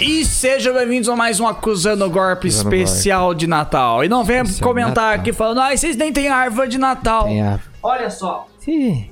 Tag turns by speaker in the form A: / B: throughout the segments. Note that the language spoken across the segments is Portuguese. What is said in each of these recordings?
A: E sejam bem-vindos a mais um Acusando Golpe especial de Natal. E não venha comentar aqui falando, vocês nem têm árvore de Natal.
B: Tem árvore.
A: Olha só.
B: Sim.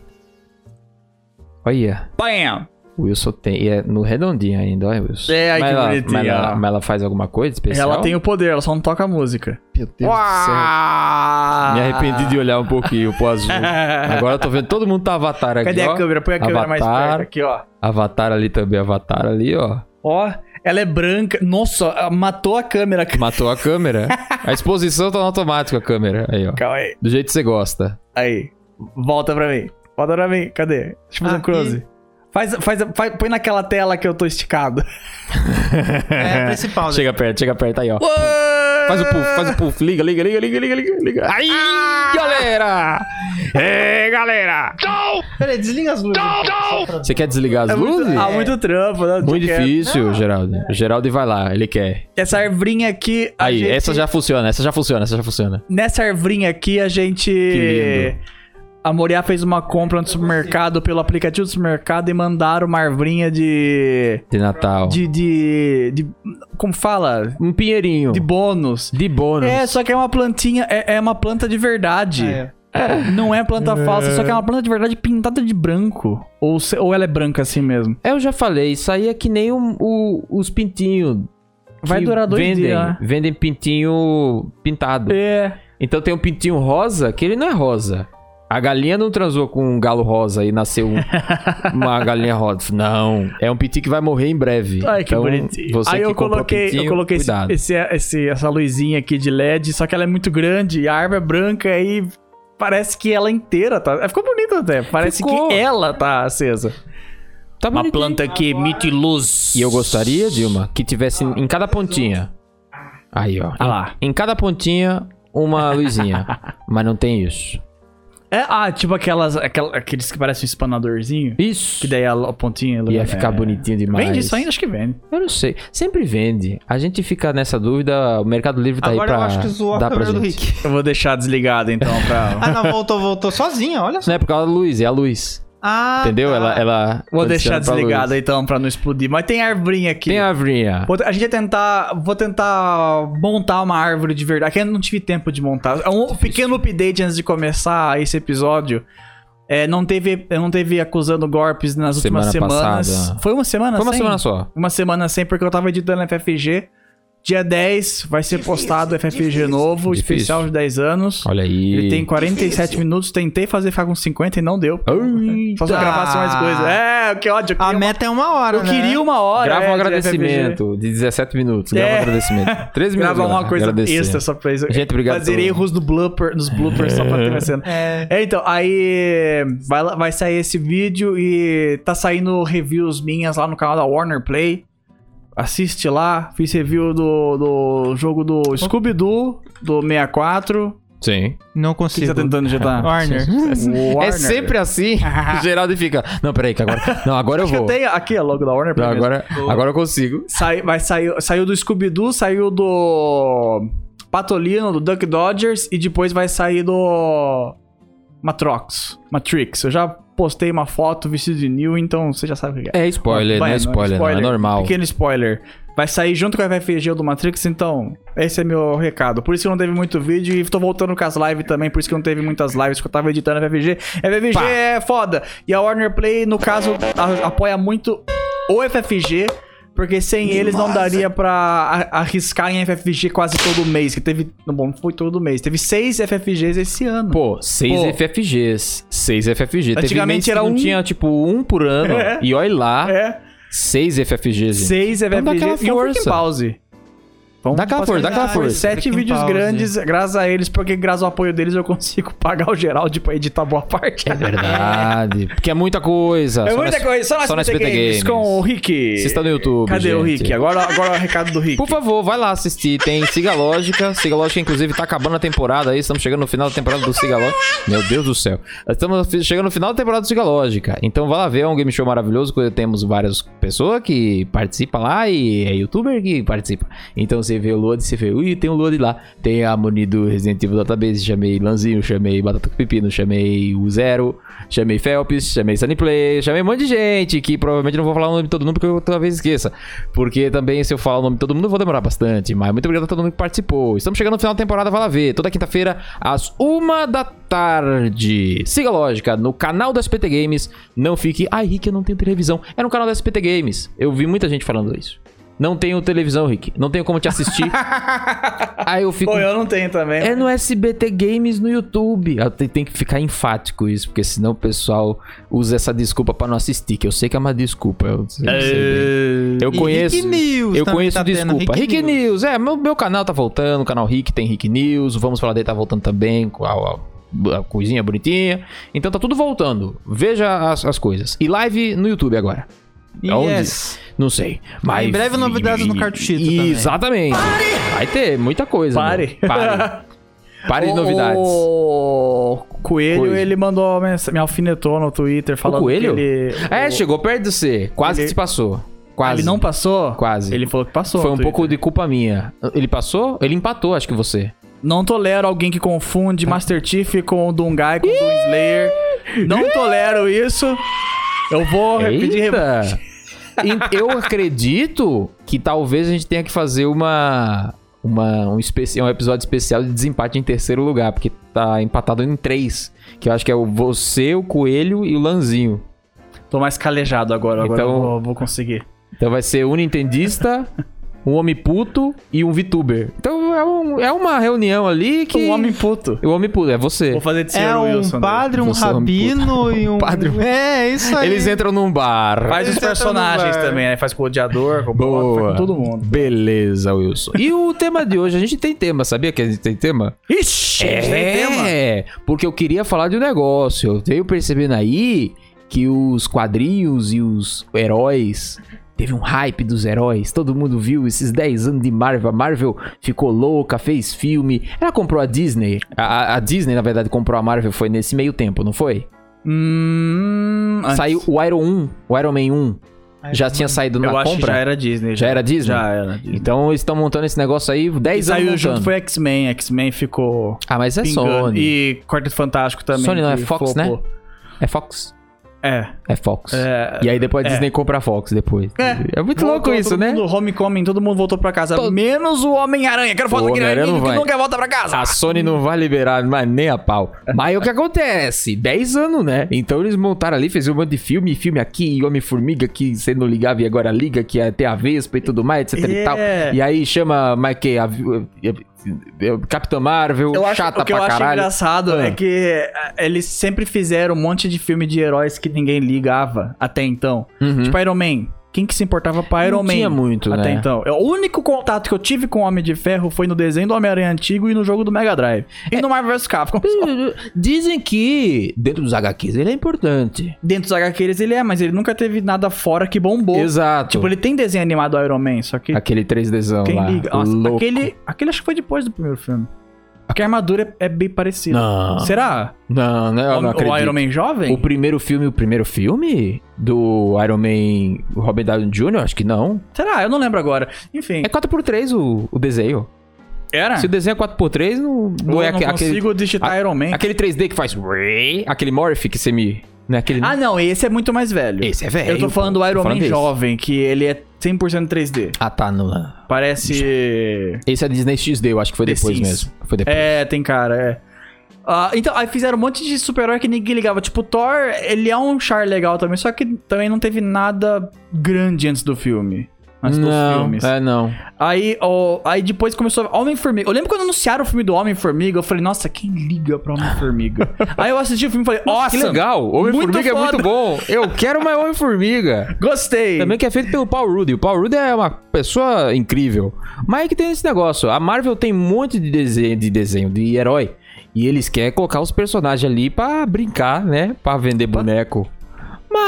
B: Olha.
A: Bam.
B: O Wilson tem. E é no redondinho ainda, olha, Wilson.
A: É, ai, que bonitinha.
B: Mas ela faz alguma coisa especial?
A: Ela tem o poder, ela só não toca a música.
B: Meu Deus do céu. Me arrependi de olhar um pouquinho pro azul. Agora eu tô vendo todo mundo tá Avatar aqui.
A: Cadê
B: ó.
A: a câmera? Põe a câmera mais perto aqui, ó.
B: Avatar ali também, Avatar ali, ó.
A: Ó, ela é branca. Nossa, matou a câmera.
B: Matou a câmera. A exposição tá no automático a câmera. Aí, ó.
A: Calma aí.
B: Do jeito que você gosta.
A: Aí. Volta pra mim. Volta pra mim. Cadê? Deixa eu fazer um close. Põe naquela tela que eu tô esticado.
C: É a principal. Né?
B: Chega perto aí, ó. Faz o puff. Liga. Aí, galera! Galera!
C: Peraí, desliga as luzes.
B: Você quer desligar as luzes?
A: Muito trampo, né?
B: Muito difícil, Geraldo. O Geraldo vai lá, ele quer.
A: Essa arvrinha aqui...
B: Aí, essa já funciona.
A: Nessa arvrinha aqui, a gente...
B: Que lindo.
A: A Moriá fez uma compra no supermercado, pelo aplicativo do supermercado, e mandaram uma arvrinha de
B: Natal.
A: De como fala?
B: Um pinheirinho.
A: De bônus.
B: De bônus.
A: É, só que é uma plantinha, é uma planta de verdade. Não é planta falsa, só que é uma planta de verdade pintada de branco. Ou ela é branca assim mesmo?
B: Eu já falei, isso aí é que nem os pintinhos.
A: Vai durar 2 dias.
B: Vendem pintinho pintado.
A: É.
B: Então tem um pintinho rosa, que ele não é rosa. A galinha não transou com um galo rosa e nasceu uma galinha rosa. Não. É um pintinho que vai morrer em breve.
A: Ai, que
B: então,
A: bonitinho.
B: Você
A: aí
B: que
A: eu coloquei essa luzinha aqui de LED, só que ela é muito grande, a árvore é branca e parece que ela inteira tá... Ficou bonito até. Parece que ela tá acesa.
B: Tá
A: uma planta que emite luz.
B: E eu gostaria, Dilma, que tivesse em cada pontinha. Aí, ó.
A: Lá.
B: Em cada pontinha, uma luzinha. Mas não tem isso.
A: Tipo aqueles que parecem um espanadorzinho.
B: Isso.
A: Que daí a pontinha...
B: Ia ficar bonitinho demais.
A: Vende isso ainda? Acho que vende.
B: Eu não sei. Sempre vende. A gente fica nessa dúvida. O Mercado Livre tá
C: agora
B: aí pra
C: eu acho que zoou
B: dar
C: a
B: pra
C: câmera do
B: gente.
C: Rick.
A: Eu vou deixar desligado então pra...
C: não, voltou sozinha, olha só.
B: Não é por causa da luz, é a luz. Entendeu?
C: Tá.
B: Ela
A: vou deixar desligado então pra não explodir. Mas tem arvrinha aqui.
B: Tem arvrinha.
A: A gente Vou tentar montar uma árvore de verdade. Aqui eu não tive tempo de montar. É um pequeno update antes de começar esse episódio. Não teve acusando golpes nas últimas semanas.
B: Passada.
A: Foi uma semana sem?
B: Foi uma semana só.
A: Uma semana sem, porque eu tava editando FFG. Dia 10 vai ser postado o FFG novo, especial de 10 anos.
B: Olha aí.
A: Ele tem 47 minutos. Tentei ficar com 50 e não deu. Só se eu gravasse mais coisas. Que ódio.
C: A meta é 1 hora,
A: Eu queria 1 hora.
B: Grava um agradecimento de 17 minutos. Grava um agradecimento. 13 minutos.
A: Grava uma coisa extra só pra isso.
B: Gente, obrigado.
A: Fazer erros nos bloopers só pra ter uma cena. Então, aí vai sair esse vídeo e tá saindo reviews minhas lá no canal da Warner Play. Assiste lá, fiz review do jogo do Scooby-Doo, do 64.
B: Sim.
C: Não
A: O que
C: consigo.
A: você tá tentando digitar?
C: Warner.
B: É sempre assim. O Geraldo fica... Não, peraí, que agora... Não, agora eu vou.
A: Aqui é o logo da Warner.
B: Não, agora eu consigo.
A: Saiu do Scooby-Doo, saiu do Patolino, do Duck Dodgers e depois vai sair do Matrix. Eu já postei uma foto vestido de Neo, então você já sabe o que é.
B: É spoiler, não é spoiler, não, é normal.
A: Pequeno spoiler. Vai sair junto com a FFG do Matrix, então esse é meu recado. Por isso que não teve muito vídeo e tô voltando com as lives também, por isso que não teve muitas lives que eu tava editando a FFG. FFG é foda. E a Warner Play, no caso, apoia muito o FFG, porque sem eles não daria pra arriscar em FFG quase todo mês. Que teve... Bom, não foi todo mês. Teve 6 FFGs esse ano.
B: Pô, 6 FFGs. 6 FFGs.
A: Antigamente
B: teve
A: era
B: não tinha, tipo, 1 por ano. E olha lá. 6 FFGs.
A: 6 FFGs e um Freaking Pause.
B: Dá aquela força.
A: 7 vídeos grandes, graças a eles, porque graças ao apoio deles eu consigo pagar o Geraldo pra editar boa parte.
B: É verdade. Porque é muita coisa.
A: É muita coisa. Só na SBT Games com o Rick.
B: Você está no YouTube,
A: Cadê
B: gente?
A: O Rick? Agora é o recado do Rick.
B: Por favor, vai lá assistir. Tem Siga Lógica. Siga Lógica, inclusive, tá acabando a temporada aí. Estamos chegando no final da temporada do Siga Lógica. Meu Deus do céu. Estamos chegando no final da temporada do Siga Lógica. Então vai lá ver, é um game show maravilhoso. Temos várias pessoas que participam lá e é youtuber que participa. Então você vê o Load, você vê, tem o Load lá. Tem a Moni do Resident Evil Database, chamei Lanzinho, chamei Batata com Pepino, chamei o Zero, chamei Felps, chamei Sunnyplay, chamei um monte de gente, que provavelmente não vou falar o nome de todo mundo porque eu talvez esqueça. Porque também se eu falar o nome de todo mundo eu vou demorar bastante. Mas muito obrigado a todo mundo que participou. Estamos chegando no final da temporada, vai lá ver. Toda quinta-feira, às 1h. Siga a lógica no canal da SPT Games. Não fique, Rick, eu não tenho televisão. É no canal da SPT Games. Eu vi muita gente falando isso. Não tenho televisão, Rick. Não tenho como te assistir. Aí eu fico...
A: Pô, eu não tenho também.
B: É no SBT Games no YouTube. Tem que ficar enfático isso, porque senão o pessoal usa essa desculpa pra não assistir, que eu sei que é uma desculpa. Eu conheço...
C: Rick News
B: eu conheço
C: tá
B: desculpa. Rick News. Meu canal tá voltando, o canal Rick tem Rick News, Vamos Falar dele tá voltando também, com a coisinha bonitinha. Então tá tudo voltando. Veja as coisas. E live no YouTube agora.
C: Yes.
B: Não sei. Mas
C: em breve novidades no Cartuchito também.
B: Exatamente. Vai ter muita coisa.
A: Pare
B: de novidades.
A: O Coelho, ele mandou me alfinetou no Twitter falando
B: o Coelho?
A: que ele...
B: Chegou perto de você. Quase que se passou. Quase.
A: Ele não passou?
B: Quase.
A: Ele falou que passou.
B: Foi um pouco de culpa minha. Ele passou? Ele empatou, acho que você.
A: Não tolero alguém que confunde Master Chief com o Doomguy, com o Doom Slayer. Não tolero isso. Eu vou repetir.
B: Eu acredito que talvez a gente tenha que fazer um episódio especial de desempate em terceiro lugar, porque tá empatado em 3. Que eu acho que é você, o Coelho e o Lanzinho.
A: Tô mais calejado agora
B: então,
A: eu vou conseguir.
B: Então vai ser um Nintendista, um homem puto e um VTuber. Então é uma reunião ali que...
A: Um homem puto.
B: O homem puto, é você.
A: Vou fazer de ser
C: o Wilson. Um padre, um rabino e um...
B: Padre...
C: É, isso aí.
B: Eles entram num bar.
A: Faz os personagens também, né? Faz com o odiador, com o
B: Boa.
A: faz com todo mundo.
B: Beleza, Wilson. E o tema de hoje, a gente tem tema, sabia que a gente tem tema?
A: Ixi, tem tema.
B: Porque eu queria falar de um negócio. Eu venho percebendo aí que os quadrinhos e os heróis... Teve um hype dos heróis, todo mundo viu esses 10 anos de Marvel. A Marvel ficou louca, fez filme. Ela comprou a Disney. A Disney, na verdade, comprou a Marvel, foi nesse meio tempo, não foi? Saiu o Iron Man 1. Já tinha saído na compra?
A: Eu acho que já era Disney.
B: Já era Disney?
A: Já era Disney.
B: Então eles estão montando esse negócio aí 10 anos
A: saiu
B: montando.
A: junto foi X-Men. X-Men ficou...
B: mas é
A: pingando.
B: Sony.
A: E Quarteto Fantástico também.
B: Sony não é Fox, né? É Fox? É Fox. E aí depois a Disney compra a Fox depois. É muito louco isso, né?
A: Homecoming, todo mundo voltou pra casa. Menos o Homem-Aranha. Quero falar daquele amigo que nunca volta pra casa.
B: A Sony não vai liberar mais nem a pau. Mas o que acontece? 10 anos, né? Então eles montaram ali, fez um monte de filme aqui, Homem-Formiga que você não ligava e agora liga, que ia ter a Vespa e tudo mais, etc e tal. E aí chama, Capitã Marvel, chata pra caralho. O que eu acho engraçado
A: é que eles sempre fizeram um monte de filme de heróis que ninguém ligava até então. Tipo Iron Man. Quem que se importava pra Iron Man?
B: Não tinha muito,
A: até
B: né?
A: então. O único contato que eu tive com o Homem de Ferro foi no desenho do Homem-Aranha antigo e no jogo do Mega Drive. E no Marvel vs Capcom.
B: Dizem que dentro dos HQs ele é importante.
A: Dentro dos HQs ele mas ele nunca teve nada fora que bombou.
B: Exato.
A: Tipo, ele tem desenho animado do Iron Man, só que...
B: Aquele 3Dzão
A: Quem
B: lá.
A: liga? Nossa, aquele acho que foi depois do primeiro filme. Porque a armadura é bem parecida.
B: Não.
A: Será?
B: Não, eu não acredito.
A: O Iron Man jovem?
B: O primeiro filme do Iron Man Robert Downey Jr.? Acho que não.
A: Será? Eu não lembro agora. Enfim.
B: É 4x3 o desenho.
A: Era?
B: Se o desenho é 4x3, não é
A: não consigo digitar Iron Man.
B: Aquele 3D que faz... Aquele morph que você me... Né? Aquele...
A: não, esse é muito mais velho.
B: Esse é velho.
A: Eu tô falando do Iron Man jovem, que ele é 100% 3D.
B: Tá.
A: Parece...
B: Esse é Disney XD, eu acho que foi depois mesmo. Foi depois.
A: Tem cara, então, aí fizeram um monte de super-herói que ninguém ligava. Tipo, o Thor, ele é um char legal também, só que também não teve nada grande antes do filme. Antes dos filmes.
B: Não.
A: Aí depois começou Homem-Formiga. Eu lembro quando anunciaram o filme do Homem-Formiga, eu falei, nossa, quem liga pra Homem-Formiga? Aí eu assisti o filme e falei, nossa,
B: que legal, Homem-Formiga é muito bom. Eu quero mais Homem-Formiga.
A: Gostei.
B: Também que é feito pelo Paul Rudd. O Paul Rudd é uma pessoa incrível. Mas é que tem esse negócio. A Marvel tem um monte de desenho de herói. E eles querem colocar os personagens ali pra brincar, né? Pra vender boneco.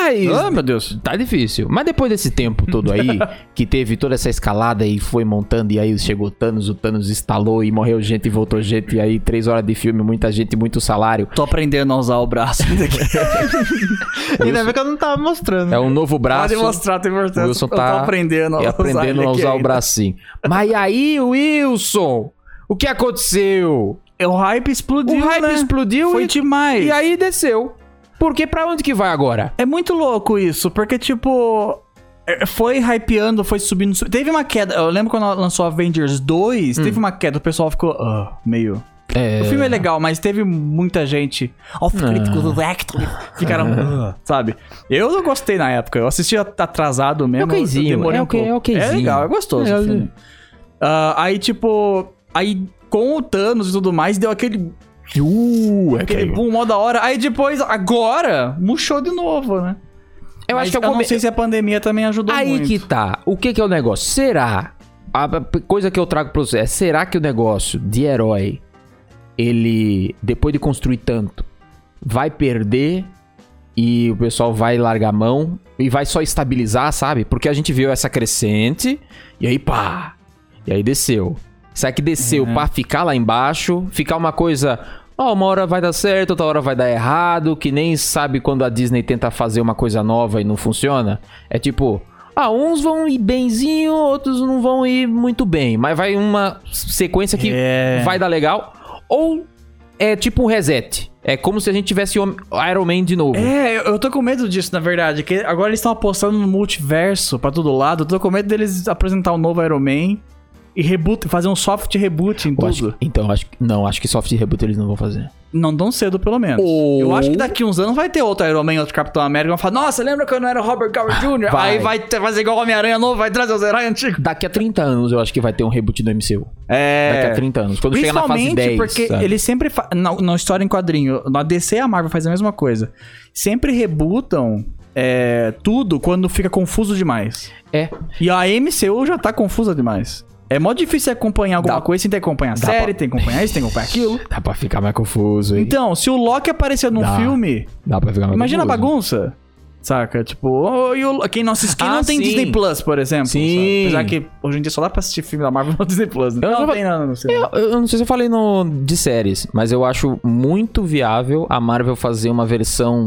B: Mas...
A: Ah, meu Deus.
B: Tá difícil. Mas depois desse tempo todo aí, que teve toda essa escalada e foi montando, e aí chegou o Thanos instalou e morreu gente e voltou gente, e aí 3 horas de filme, muita gente, muito salário.
A: Tô aprendendo a usar o braço daqui.
C: Ainda bem que eu não tava mostrando.
B: É um novo braço.
A: Pode mostrar, tem importância.
B: O Wilson
A: Eu tô
B: tá
A: aprendendo
B: a usar o bracinho. Mas e aí, Wilson? O que aconteceu?
A: O hype explodiu,
B: O hype explodiu
A: Foi demais.
B: e aí desceu. Porque pra onde que vai agora?
A: É muito louco isso, porque, tipo... Foi hypeando, foi subindo. Teve uma queda. Eu lembro quando lançou Avengers 2, teve uma queda. O pessoal ficou meio... O filme é legal, mas teve muita gente... Os críticos do Vector ficaram... sabe? Eu não gostei na época. Eu assisti atrasado mesmo.
B: É okzinho.
A: É legal, é gostoso o filme. Aí, tipo... Aí, com o Thanos e tudo mais, deu aquele boom mó da hora. Aí depois, agora, murchou de novo, né?
B: Eu acho que
A: eu não sei se a pandemia também ajudou
B: aí
A: muito.
B: Aí que tá. O que é o negócio? Será? A coisa que eu trago pra você é, será que o negócio de herói, ele, depois de construir tanto, vai perder e o pessoal vai largar a mão e vai só estabilizar, sabe? Porque a gente viu essa crescente e aí pá, e aí desceu. Será que desceu pra ficar lá embaixo, ficar uma coisa... uma hora vai dar certo, outra hora vai dar errado, que nem sabe quando a Disney tenta fazer uma coisa nova e não funciona? É tipo, uns vão ir benzinho, outros não vão ir muito bem, mas vai uma sequência que vai dar legal, ou é tipo um reset. É como se a gente tivesse o Iron Man de novo.
A: Eu tô com medo disso, na verdade, que agora eles estão apostando no multiverso pra todo lado, eu tô com medo deles apresentar um novo Iron Man... E reboot, fazer um soft reboot em tudo.
B: Acho que soft reboot eles não vão fazer.
A: Não tão cedo, pelo menos. Eu acho que daqui uns anos vai ter outro Iron Man, outro Capitão América. Vão falar, nossa, lembra quando era o Robert Downey Jr.? Aí vai fazer igual o Homem-Aranha novo, vai trazer os heróis antigos.
B: Daqui a 30 anos eu acho que vai ter um reboot do MCU. Daqui a 30 anos. Quando chegar na fase 10,
A: porque
B: sabe?
A: eles sempre... Na história em quadrinho, na DC e a Marvel faz a mesma coisa. Sempre rebootam tudo quando fica confuso demais. E a MCU já tá confusa demais. É mó difícil acompanhar alguma coisa sem ter que acompanhar a série, tem que acompanhar isso, tem que acompanhar aquilo.
B: Dá pra ficar mais confuso, hein?
A: Então, se o Loki aparecer num filme...
B: Dá pra ficar mais
A: imagina
B: confuso.
A: a bagunça. Saca? Tipo, quem não assiste, quem não tem Disney Plus, por exemplo.
B: Sim.
A: Sabe? Apesar que hoje em dia só dá pra assistir filme da Marvel no Disney Plus. Né? Não tem nada no cinema.
B: Eu não sei se eu falei de séries, mas eu acho muito viável a Marvel fazer uma versão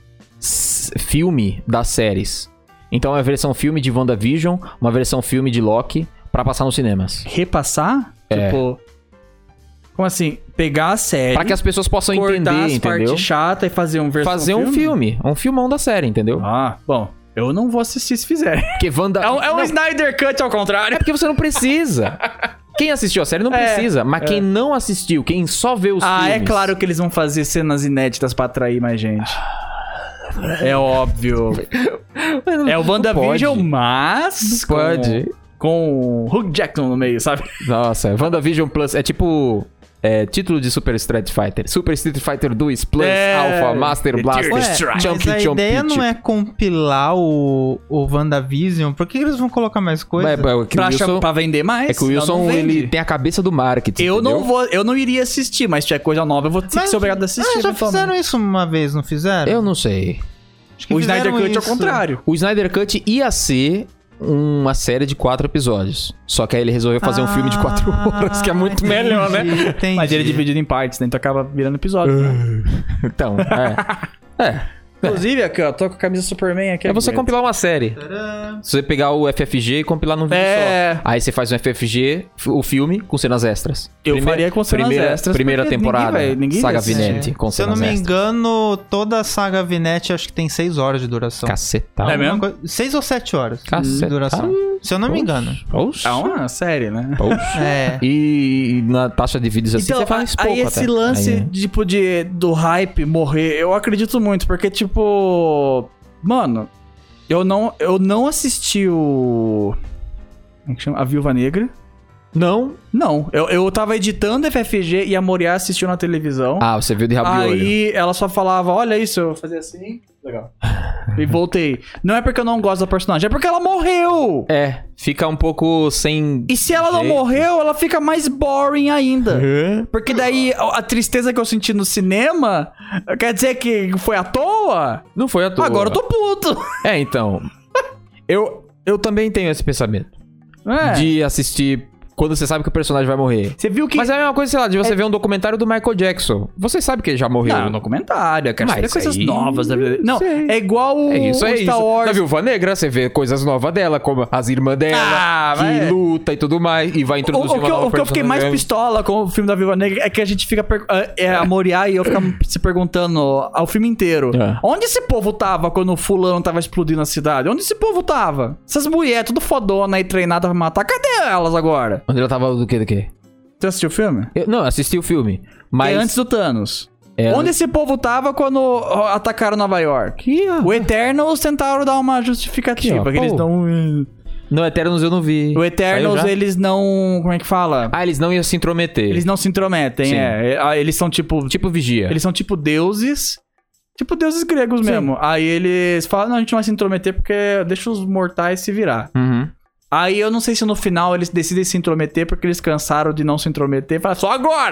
B: filme das séries. Então é uma versão filme de WandaVision, uma versão filme de Loki... Pra passar nos cinemas.
A: Repassar? Tipo... Como assim? Pegar a série...
B: Pra que as pessoas possam
A: cortar
B: entender,
A: as
B: entendeu?
A: partes chatas e fazer um versão
B: fazer um filme. Um filmão da série, entendeu?
A: Bom. Eu não vou assistir se fizerem.
B: Porque Wanda...
A: É um Snyder Cut ao contrário.
B: É porque você não precisa. Quem assistiu a série não precisa. Mas quem não assistiu, quem só vê os filmes...
A: é claro que eles vão fazer cenas inéditas pra atrair mais gente. É óbvio. É o WandaVision, mas...
B: Pode.
A: Com o Hugh Jackman no meio, sabe?
B: Nossa, WandaVision Plus é tipo... título de Super Street Fighter. Super Street Fighter 2 Plus Alpha Master Blaster
C: mas a ideia não é compilar o WandaVision. Por que eles vão colocar mais coisa?
A: Pra vender mais.
B: É que o Wilson, ele tem a cabeça do marketing.
A: Eu não iria assistir, mas se tiver coisa nova, eu vou ter que ser obrigado a assistir.
C: Já fizeram isso uma vez, não fizeram?
B: Eu não sei.
A: O Snyder Cut é o contrário.
B: O Snyder Cut ia ser uma série de 4 episódios. Só que aí ele resolveu fazer um filme de 4 horas, que é muito melhor, né?
C: Entendi.
A: Mas ele é dividido em partes, né? Então acaba virando episódio. Né?
B: Então,
A: Inclusive, aqui, ó, tô com a camisa Superman aqui.
B: É você compilar uma série.
C: Tcharam.
B: Se você pegar o FFG e compilar num vídeo só. Aí você faz um FFG, o filme, com cenas extras.
A: Eu faria com cenas extras.
B: Primeira temporada,
A: ninguém
B: Saga Vinete, com
C: Se eu não
B: cenas
C: me
B: extras.
C: engano, toda a Saga Vinete acho que tem 6 horas de duração.
B: Cacetal.
A: É mesmo?
C: 6 ou 7 horas de
B: Cacetal.
C: duração. Se eu não me engano.
B: Oxe.
A: É uma série, né?
C: É.
B: E na taxa de vídeos assim,
A: Então,
B: você faz pouco
A: aí esse
B: até.
A: lance,
B: Aí,
A: tipo, do hype morrer, eu acredito muito, porque, tipo... Mano, eu não assisti o... Como é que chama? A Viúva Negra.
B: Não?
A: Não, eu tava editando FFG e a Moriá assistiu na televisão.
B: Ah, você viu de rabo de olho.
A: Aí ela só falava, olha isso, eu fazia assim, legal. E voltei. Não é porque eu não gosto da personagem, é porque ela morreu.
B: É, fica um pouco sem...
A: E se ela não
B: jeito.
A: morreu, ela fica mais boring ainda. Porque daí a tristeza que eu senti no cinema quer dizer que foi à toa?
B: Não foi à toa.
A: Agora eu tô puto.
B: É, então... eu também tenho esse pensamento.
A: É.
B: De assistir quando você sabe que o personagem vai morrer.
A: Você viu que...
B: Mas é a mesma coisa, sei lá, de você ver um documentário do Michael Jackson. Você sabe que ele já morreu.
A: Não, documentário, eu quero
B: Mas
A: ver coisas
B: aí-
A: novas da vida dele. Não,
B: sei.
A: é igual o,
B: É isso,
A: o
B: é
A: Star
B: isso.
A: Wars.
B: Na Viúva Negra, você vê coisas novas dela, como as irmãs dela,
A: Ah,
B: que
A: vai.
B: luta e tudo mais, e vai introduzir
A: O que eu fiquei mais pistola com o filme da Viúva Negra é que a gente fica... a Moriá e eu ficamos se perguntando ao filme inteiro.
B: É.
A: Onde esse povo tava quando o fulano tava explodindo a cidade? Onde esse povo tava? Essas mulheres tudo fodona e treinadas pra matar. Cadê elas agora?
B: Onde ela tava do quê?
A: Você assistiu o filme?
B: Não, eu assisti o filme, mas...
A: É antes do Thanos.
B: É,
A: Onde esse povo tava quando atacaram Nova York?
B: Aqui, ó.
A: O Eternals tentaram dar uma justificativa.
B: Aqui, ó,
A: que eles
B: pô.
A: não...
B: No Eternos eu não vi.
A: O Eternals,
B: Saiu já?
A: eles não... Como é que fala?
B: Ah, eles não iam se intrometer.
A: Eles não se intrometem,
B: Sim.
A: Eles são tipo...
B: Tipo vigia.
A: Eles são tipo deuses. Tipo deuses gregos
B: Sim.
A: mesmo. Aí eles falam, não, a gente não vai se intrometer porque deixa os mortais se virar.
B: Uhum.
A: Aí eu não sei se no final eles decidem se intrometer porque eles cansaram de não se intrometer e falam, só agora!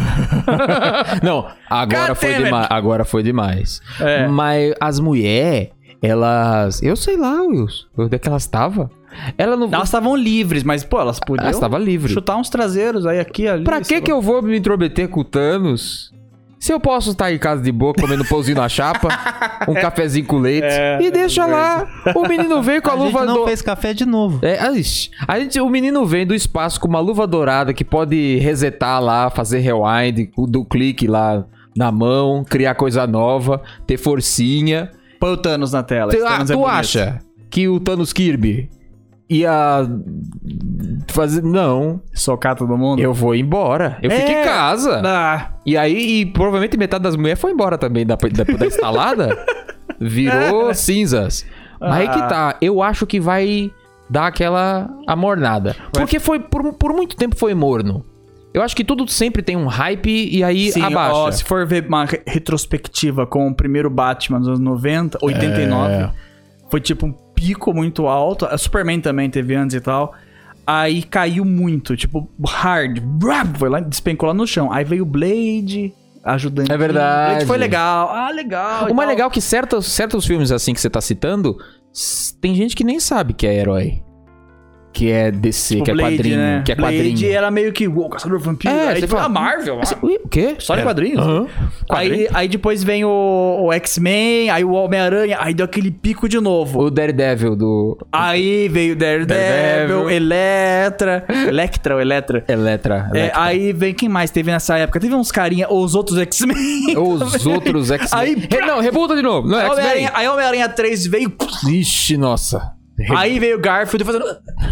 B: Não, agora
A: God
B: foi
A: damn it.
B: demais. Agora foi demais.
A: É.
B: Mas as mulheres, elas... Eu sei lá, Wilson. Onde é que elas estavam? Ela não...
A: Elas estavam livres, mas, pô, elas podiam
B: Elas estavam livres.
A: chutar uns traseiros aí, aqui, ali.
B: Pra que eu vou me intrometer com o Thanos? Se eu posso estar em casa de boa, comendo pãozinho na chapa, um cafezinho com leite, e deixa lá. O menino veio com a
C: A gente
B: luva...
C: não fez café de novo.
B: O menino vem do espaço com uma luva dourada que pode resetar lá, fazer rewind, do clique lá na mão, criar coisa nova, ter forcinha.
A: Põe o Thanos na tela. esse Thanos é
B: Tu
A: bonito.
B: acha que o Thanos Kirby ia fazer... Não,
A: Socar todo mundo?
B: eu vou embora. Eu fico em casa.
A: Ah,
B: E aí, provavelmente metade das mulheres foi embora também da instalada. Virou cinzas. Mas aí que tá. Eu acho que vai dar aquela amornada. Porque foi por muito tempo foi morno. Eu acho que tudo sempre tem um hype e aí
A: sim,
B: abaixa.
A: ó, se for ver uma retrospectiva com o primeiro Batman dos anos 90, 89, foi tipo um pico muito alto. A Superman também teve antes e tal. Aí caiu muito, tipo, hard. Foi lá, despencou lá no chão. Aí veio o Blade ajudando.
B: É verdade.
A: Blade foi legal. Ah, legal.
B: O mais legal é que certos filmes assim que você tá citando, tem gente que nem sabe que é herói. Que é DC,
A: Tipo
B: que é
A: Blade,
B: quadrinho.
A: né?
B: Que é
A: Blade
B: quadrinho.
A: era meio que o Caçador Vampiro.
B: É,
A: aí
B: você
A: foi
B: fala,
A: a Marvel.
B: Ui, o quê?
A: Só em quadrinhos.
B: Aham.
A: Aí depois vem o X-Men, aí o Homem-Aranha, aí deu aquele pico de novo.
B: O Daredevil do...
A: Aí veio Daredevil, Electra.
B: Electra.
A: É, aí vem quem mais teve nessa época? Teve uns carinha, os outros X-Men.
B: Os outros X-Men.
A: Aí,
B: Não, rebuta de novo. Não é X-Men.
A: Aí Homem-Aranha 3 veio.
B: Ixi, nossa.
A: Aí veio o Garfield fazendo.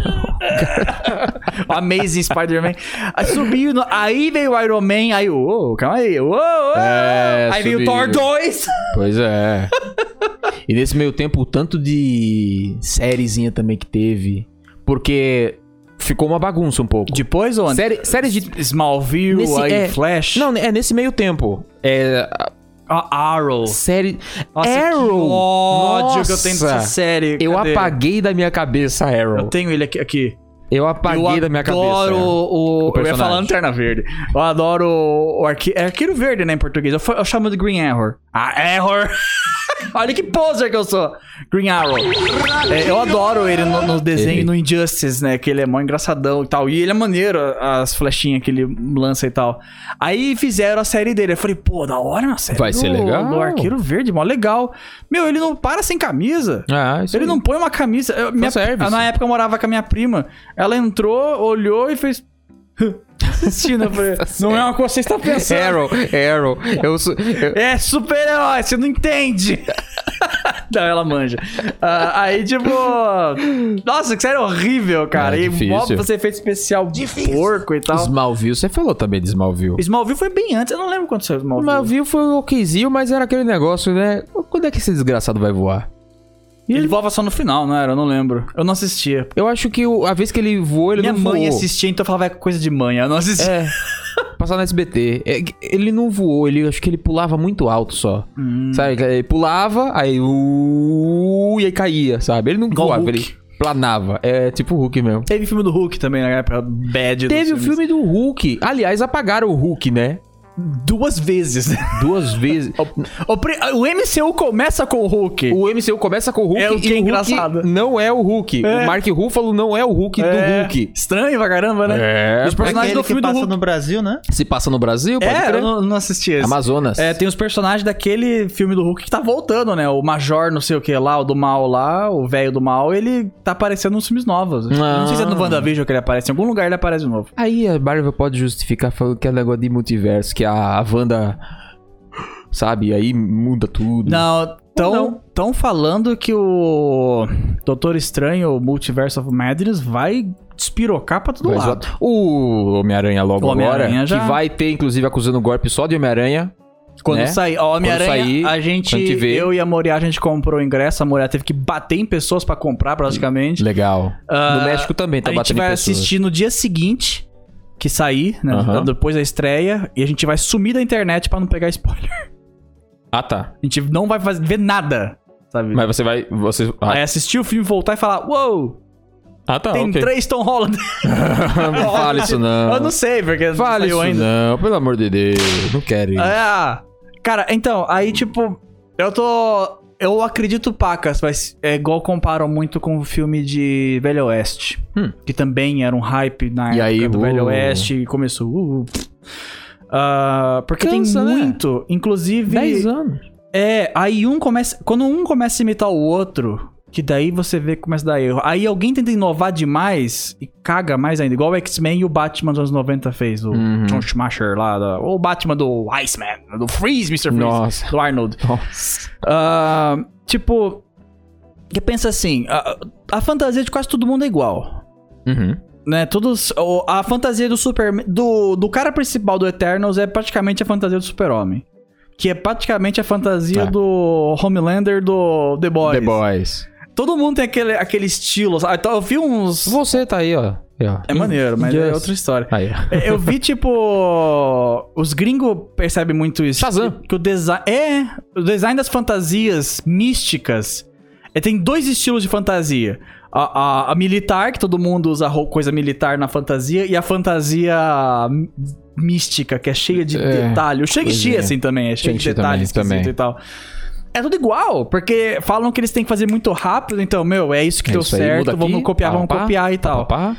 A: O Amazing Spider-Man. Aí subiu. Aí veio o Iron Man. Aí, calma aí. Aí veio o Thor 2.
B: Pois é. E nesse meio tempo, o tanto de sériezinha também que teve. Porque ficou uma bagunça um pouco.
A: Depois onde?
B: Séries de...
A: Smallville, aí Flash.
B: Não, é nesse meio tempo. É...
A: Arrow.
B: Série...
A: Nossa,
B: Arrow!
A: que ódio
B: Nossa,
A: que eu tenho dessa série.
B: Eu
A: Cadê?
B: apaguei da minha cabeça Arrow.
A: Eu tenho ele aqui.
B: Eu apaguei da minha cabeça.
A: Eu adoro o eu ia
B: personagem.
A: falar Lanterna Verde. Eu adoro o Arqueiro Verde, né, em português. Eu chamo de Green Arrow. Arrow. Olha que poser que eu sou. Green Arrow. É, eu adoro ele no desenho, no Injustice, né? Que ele é mó engraçadão e tal. E ele é maneiro, as flechinhas que ele lança e tal. Aí fizeram a série dele. Eu falei, pô, da hora uma série.
B: Vai ser legal.
A: Do Arqueiro Verde, mó legal. Meu, ele não para sem camisa.
B: Isso
A: Ele
B: aí.
A: não põe uma camisa.
B: Fanservice.
A: Na época eu morava com a minha prima. Ela entrou, olhou e fez. Assistindo, eu falei, não é uma coisa que você está pensando.
B: Arrow.
A: É super-herói, você não entende. Não, ela manja. Aí, tipo. Nossa, que série horrível, cara.
B: É
A: E
B: difícil.
A: mó você fez especial de porco e tal.
B: Smallville, você falou também de Smallville.
A: Smallville foi bem antes, eu não lembro quando saiu Smallville.
B: Smallville foi okzinho, mas era aquele negócio, né? Quando é que esse desgraçado vai voar?
A: Ele voava só no final, não era? Eu não lembro. Eu não assistia.
B: Eu acho que a vez que ele voou, ele
A: Minha
B: não voou.
A: mãe assistia, então eu falava, é coisa de mãe. Eu não assistia.
B: É. Passar no SBT. Ele não voou, acho que ele pulava muito alto só. Sabe? Ele pulava, aí e aí caía, sabe? Ele não
A: Igual
B: voava,
A: Hulk.
B: ele planava. É tipo o Hulk mesmo.
A: Teve filme do Hulk também, na época bad.
B: Teve o filme do Hulk. Aliás, apagaram o Hulk, né?
A: 2 vezes.
B: 2 vezes.
A: O MCU começa com o Hulk.
B: O MCU começa com o Hulk
A: É o que
B: e
A: é
B: o
A: engraçado.
B: Hulk não é o Hulk.
A: É.
B: O Mark Ruffalo não é o Hulk do Hulk.
A: Estranho pra caramba, né?
B: É.
A: Os personagens
C: Aquele
A: do filme
C: que
A: do
C: passa
A: Hulk.
C: no Brasil, né?
B: Se passa no Brasil, pode
A: É,
B: crer.
A: eu não assisti esse.
B: Amazonas.
A: É, tem os personagens daquele filme do Hulk que tá voltando, né? O Major, não sei o que lá, o do mal lá, o velho do mal, ele tá aparecendo nos filmes novos. Eu não sei se é no WandaVision que ele aparece, em algum lugar ele aparece de novo.
B: Aí a Marvel pode justificar falando que é um negócio de multiverso, que a Wanda, sabe, aí muda tudo.
A: Não, tão falando que o Doutor Estranho, o Multiverse of Madness, vai despirocar pra todo
B: Mas
A: lado.
B: o Homem-Aranha logo
A: O Homem-Aranha
B: agora,
A: já-
B: que vai ter, inclusive, acusando golpe só de Homem-Aranha.
A: Quando
B: né?
A: sair, ó, Homem-Aranha,
B: Quando sair,
A: a gente,
B: quando te vê.
A: eu e a Moriá, a gente comprou o ingresso, a Moriá teve que bater em pessoas pra comprar, praticamente.
B: Legal.
A: Ah,
B: no México também tá
A: A gente
B: batendo
A: vai
B: em pessoas.
A: assistir no dia seguinte que sair, né?
B: Aham.
A: Depois da estreia, e a gente vai sumir da internet pra não pegar spoiler.
B: Ah, tá.
A: A gente não vai ver nada, sabe?
B: Mas você vai...
A: Vai assistir o filme, voltar e falar, uou,
B: Ah, tá,
A: tem
B: ok.
A: 3 Tom Holland.
B: Não fale isso não.
A: Eu não sei, porque não
B: Fale
A: saiu
B: isso
A: ainda.
B: não, pelo amor de Deus. Não quero isso.
A: Cara, então, aí tipo, eu acredito pacas, mas é igual comparam muito com o filme de Velho Oeste, que também era um hype na
B: E
A: época
B: aí,
A: do Velho Oeste e começou. Porque
B: Cansa,
A: tem
B: né?
A: muito, inclusive.
B: 10 anos.
A: Aí quando um começa a imitar o outro, que daí você vê que começa a dar erro. Aí alguém tenta inovar demais e caga mais ainda. Igual o X-Men e o Batman dos anos 90 fez. O John Schumacher lá. Ou o Batman do Iceman. Do Freeze, Mr. Freeze.
B: Nossa.
A: Do Arnold.
B: Nossa.
A: Tipo... Que pensa assim... A fantasia de quase todo mundo é igual.
B: Uhum.
A: Né? A fantasia do Superman... Do cara principal do Eternals é praticamente a fantasia do Super-Homem. Que é praticamente a fantasia do Homelander do The Boys.
B: The Boys.
A: Todo mundo tem aquele estilo, sabe? Então, eu vi uns...
B: Você tá aí, ó.
A: É maneiro, mas é outra história.
B: Aí.
A: Eu vi, tipo... Os gringos percebem muito isso.
B: Shazam.
A: Que o design... o design das fantasias místicas... tem 2 estilos de fantasia. A militar, que todo mundo usa coisa militar na fantasia. E a fantasia mística, que é cheia de detalhe. O Shang-Chi, assim, também. É cheio de
B: Shang-Chi
A: detalhes
B: também.
A: e tal. É tudo igual, porque falam que eles têm que fazer muito rápido, então, é isso que deu
B: isso aí,
A: certo,
B: muda
A: vamos
B: aqui,
A: copiar e tal.
B: Pá.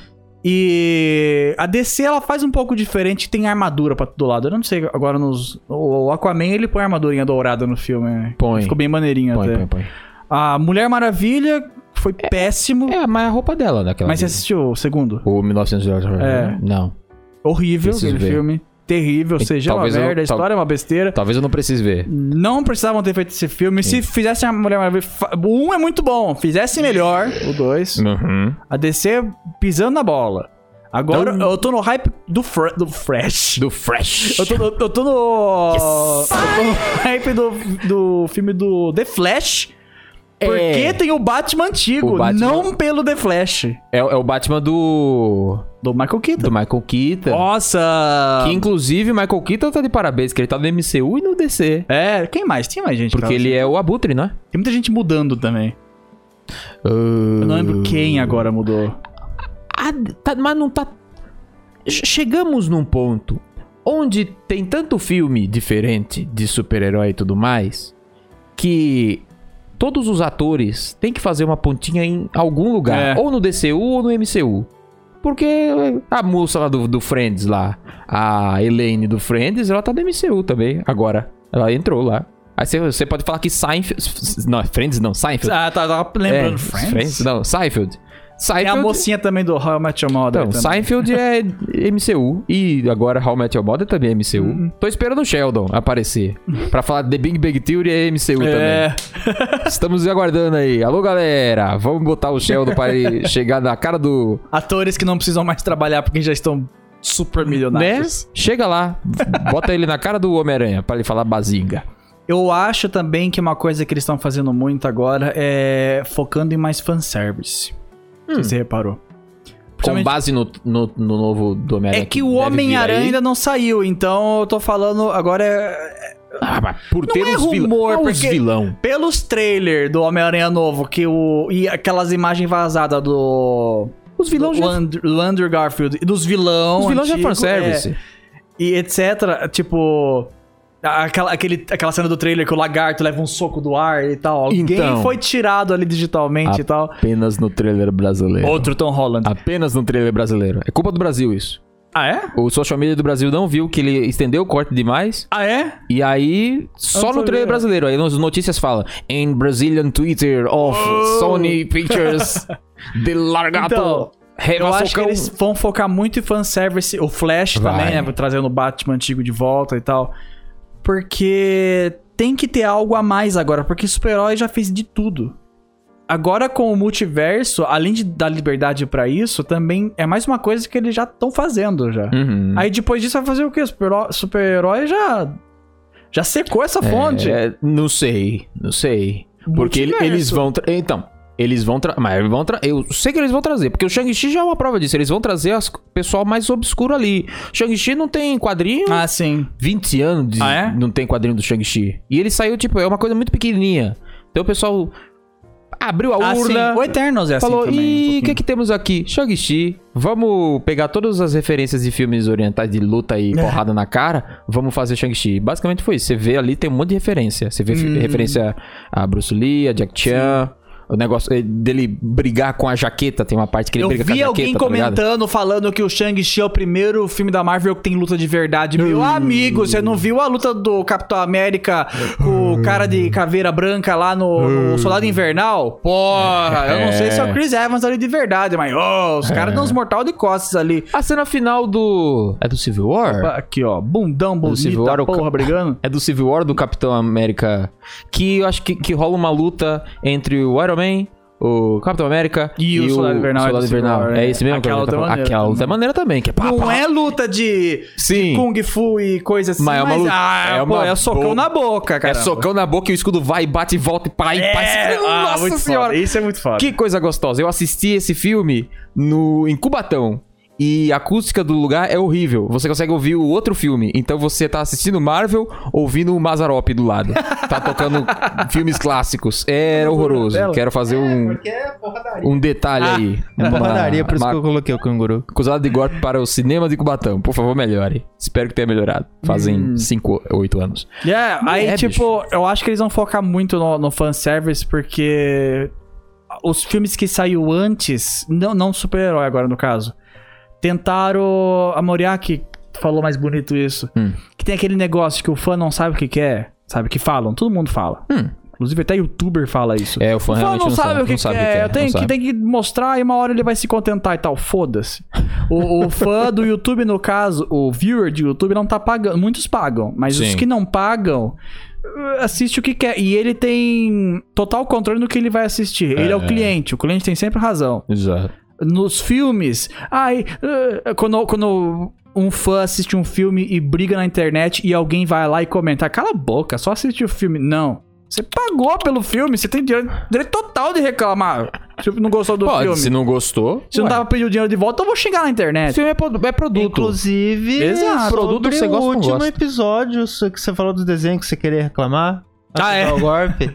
A: E a DC, ela faz um pouco diferente, tem armadura pra todo lado. Eu não sei, agora o Aquaman, ele põe armadurinha dourada no filme. Né?
B: Põe.
A: Ficou bem maneirinho até.
B: Põe.
A: A Mulher Maravilha foi péssimo.
B: Mas a roupa dela daquela
A: Mas você
B: vez.
A: assistiu o segundo?
B: O 1900... Não.
A: Horrível
B: Preciso
A: aquele
B: ver.
A: filme. Terrível, seja uma
B: Talvez
A: merda, a história é uma besteira.
B: Talvez eu não precise ver.
A: Não precisavam ter feito esse filme. Se fizessem a Mulher Maravilha... O 1 é muito bom. Fizessem melhor, o 2.
B: Uhum.
A: A DC pisando na bola. Agora, eu tô no hype do Fresh.
B: Do Fresh.
A: Eu tô no... Eu tô no hype do filme do The Flash. Porque tem o Batman antigo,
B: O Batman-
A: não pelo The Flash.
B: É o Batman do
A: Michael Keaton.
B: Michael Keaton.
A: Nossa!
B: Que inclusive o Michael Keaton tá de parabéns, que ele tá no MCU e no DC.
A: Quem mais? Tem mais gente.
B: Porque
A: que
B: ele é o Abutre, né?
A: Tem muita gente mudando também. Eu não lembro quem agora mudou.
B: Mas não tá... Chegamos num ponto onde tem tanto filme diferente de super-herói e tudo mais, que todos os atores têm que fazer uma pontinha em algum lugar. Ou no DCU ou no MCU. Porque a moça lá do Friends lá, a Elaine do Friends, ela tá no MCU também. Agora, ela entrou lá. Aí você pode falar que Seinfeld... Não, Friends não, Seinfeld.
A: Tava lembrando Friends?
B: Não, Seinfeld.
A: Tem a mocinha também do How I Met Your Mother.
B: Então,
A: também.
B: Seinfeld é MCU e agora How I Met Your Mother também é MCU. Tô esperando o Sheldon aparecer pra falar The Big Bang Theory é MCU também. Estamos aguardando aí. Alô, galera, vamos botar o Sheldon pra ele chegar na cara do...
A: Atores que não precisam mais trabalhar porque já estão super milionários.
B: Né? Chega lá, bota ele na cara do Homem-Aranha pra ele falar bazinga.
A: Eu acho também que uma coisa que eles estão fazendo muito agora é focando em mais fanservice. Você reparou?
B: Com base no novo do Homem-Aranha.
A: É que o Homem-Aranha ainda não saiu, então eu tô falando agora
B: mas por ter
A: é rumor,
B: os
A: porque
B: vilão.
A: pelos trailers do Homem-Aranha novo, e aquelas imagens vazadas do...
B: Os vilões já...
A: do Andrew Garfield e dos vilões.
B: Os vilões já foram service.
A: E etc. Tipo... Aquela cena do trailer que o lagarto leva um soco do ar e tal. Alguém foi tirado ali digitalmente e tal.
B: Apenas no trailer brasileiro.
A: Outro Tom Holland.
B: Apenas no trailer brasileiro. É culpa do Brasil isso.
A: Ah, é?
B: O social media do Brasil não viu que ele estendeu o corte demais.
A: Ah, é?
B: E aí, só no trailer brasileiro. Aí nas notícias fala: em Brazilian Twitter of Sony Pictures de Largato.
A: Então, eu acho que eles vão focar muito em fanservice. O Flash também, né? Trazendo o Batman antigo de volta e tal. Porque tem que ter algo a mais agora. Porque super-herói já fez de tudo. Agora com o multiverso, além de dar liberdade pra isso, também é mais uma coisa que eles já estão fazendo já. Aí depois disso vai fazer o quê? Super-herói já secou essa fonte.
B: Não sei. Porque eles vão... Então, eles vão... Eu sei que eles vão trazer, porque o Shang-Chi já é uma prova disso. Eles vão trazer o pessoal mais obscuro ali. Shang-Chi não tem quadrinho...
A: Ah, sim.
B: 20 anos não tem quadrinho do Shang-Chi. E ele saiu, tipo, é uma coisa muito pequenininha. Então o pessoal... abriu a urna.
A: Sim. O Eternals é
B: falou,
A: assim também.
B: E o que temos aqui? Shang-Chi. Vamos pegar todas as referências de filmes orientais de luta e porrada na cara. Vamos fazer Shang-Chi. Basicamente foi isso. Você vê ali, tem um monte de referência. Você vê referência a Bruce Lee, a Jack Chan. O negócio dele brigar com a jaqueta. Tem uma parte que ele briga com a jaqueta. Eu vi alguém
A: comentando, falando que o Shang-Chi é o primeiro filme da Marvel que tem luta de verdade. Meu amigo, você não viu a luta do Capitão América com o cara de caveira branca lá no Soldado Invernal? Porra, eu não sei se é o Chris Evans ali de verdade, mas os caras dão uns mortal de costas ali.
B: A cena final do... É do Civil War?
A: Opa, aqui, ó. Bundão, bonita, porra, brigando.
B: É do Civil War, do Capitão América. Que eu acho que rola uma luta entre o Iron Man, o Capitão América
A: e o Soldado Invernal.
B: É esse mesmo?
A: Aquela
B: outra maneira também. Que
A: não é luta de Kung Fu e coisa assim.
B: Mas é uma luta.
A: É socão na boca, cara.
B: É socão na boca e o escudo vai, bate e volta e pá. Nossa senhora.
A: Isso é muito foda.
B: Que coisa gostosa. Eu assisti esse filme em Cubatão. E a acústica do lugar é horrível. Você consegue ouvir o outro filme. Então você tá assistindo Marvel, ouvindo o Mazarop do lado. Tá tocando filmes clássicos. É horroroso. Quero fazer um detalhe aí.
C: É porradaria, por isso que eu coloquei o canguru.
B: Acusado de golpe para os cinemas de Cubatão. Por favor, melhore. Espero que tenha melhorado. Fazem 5 ou 8 anos.
A: Aí, tipo, eu acho que eles vão focar muito no fanservice, porque os filmes que saiu antes, não super-herói agora no caso, tentaram... A Moriarty falou mais bonito isso. Que tem aquele negócio que o fã não sabe o que é. Sabe? Que falam. Todo mundo fala. Inclusive até youtuber fala isso.
B: O fã realmente
A: não sabe o que é. Tem que mostrar e uma hora ele vai se contentar e tal. Foda-se. O fã do YouTube, no caso, o viewer de YouTube não tá pagando. Muitos pagam. Mas os que não pagam... assiste o que quer. E ele tem total controle no que ele vai assistir. Ele é o cliente. O cliente tem sempre razão.
B: Exato.
A: Nos filmes, quando um fã assiste um filme e briga na internet e alguém vai lá e comenta, cala a boca, só assistir o filme. Não. Você pagou pelo filme, você tem direito total de reclamar. Se não gostou do filme.
B: Se não gostou...
A: Se não tava pedindo dinheiro de volta, eu vou xingar na internet.
B: O filme é produto.
C: Inclusive,
B: produto que você gosta,
C: o último episódio que você falou do desenho que você queria reclamar.
A: O golpe.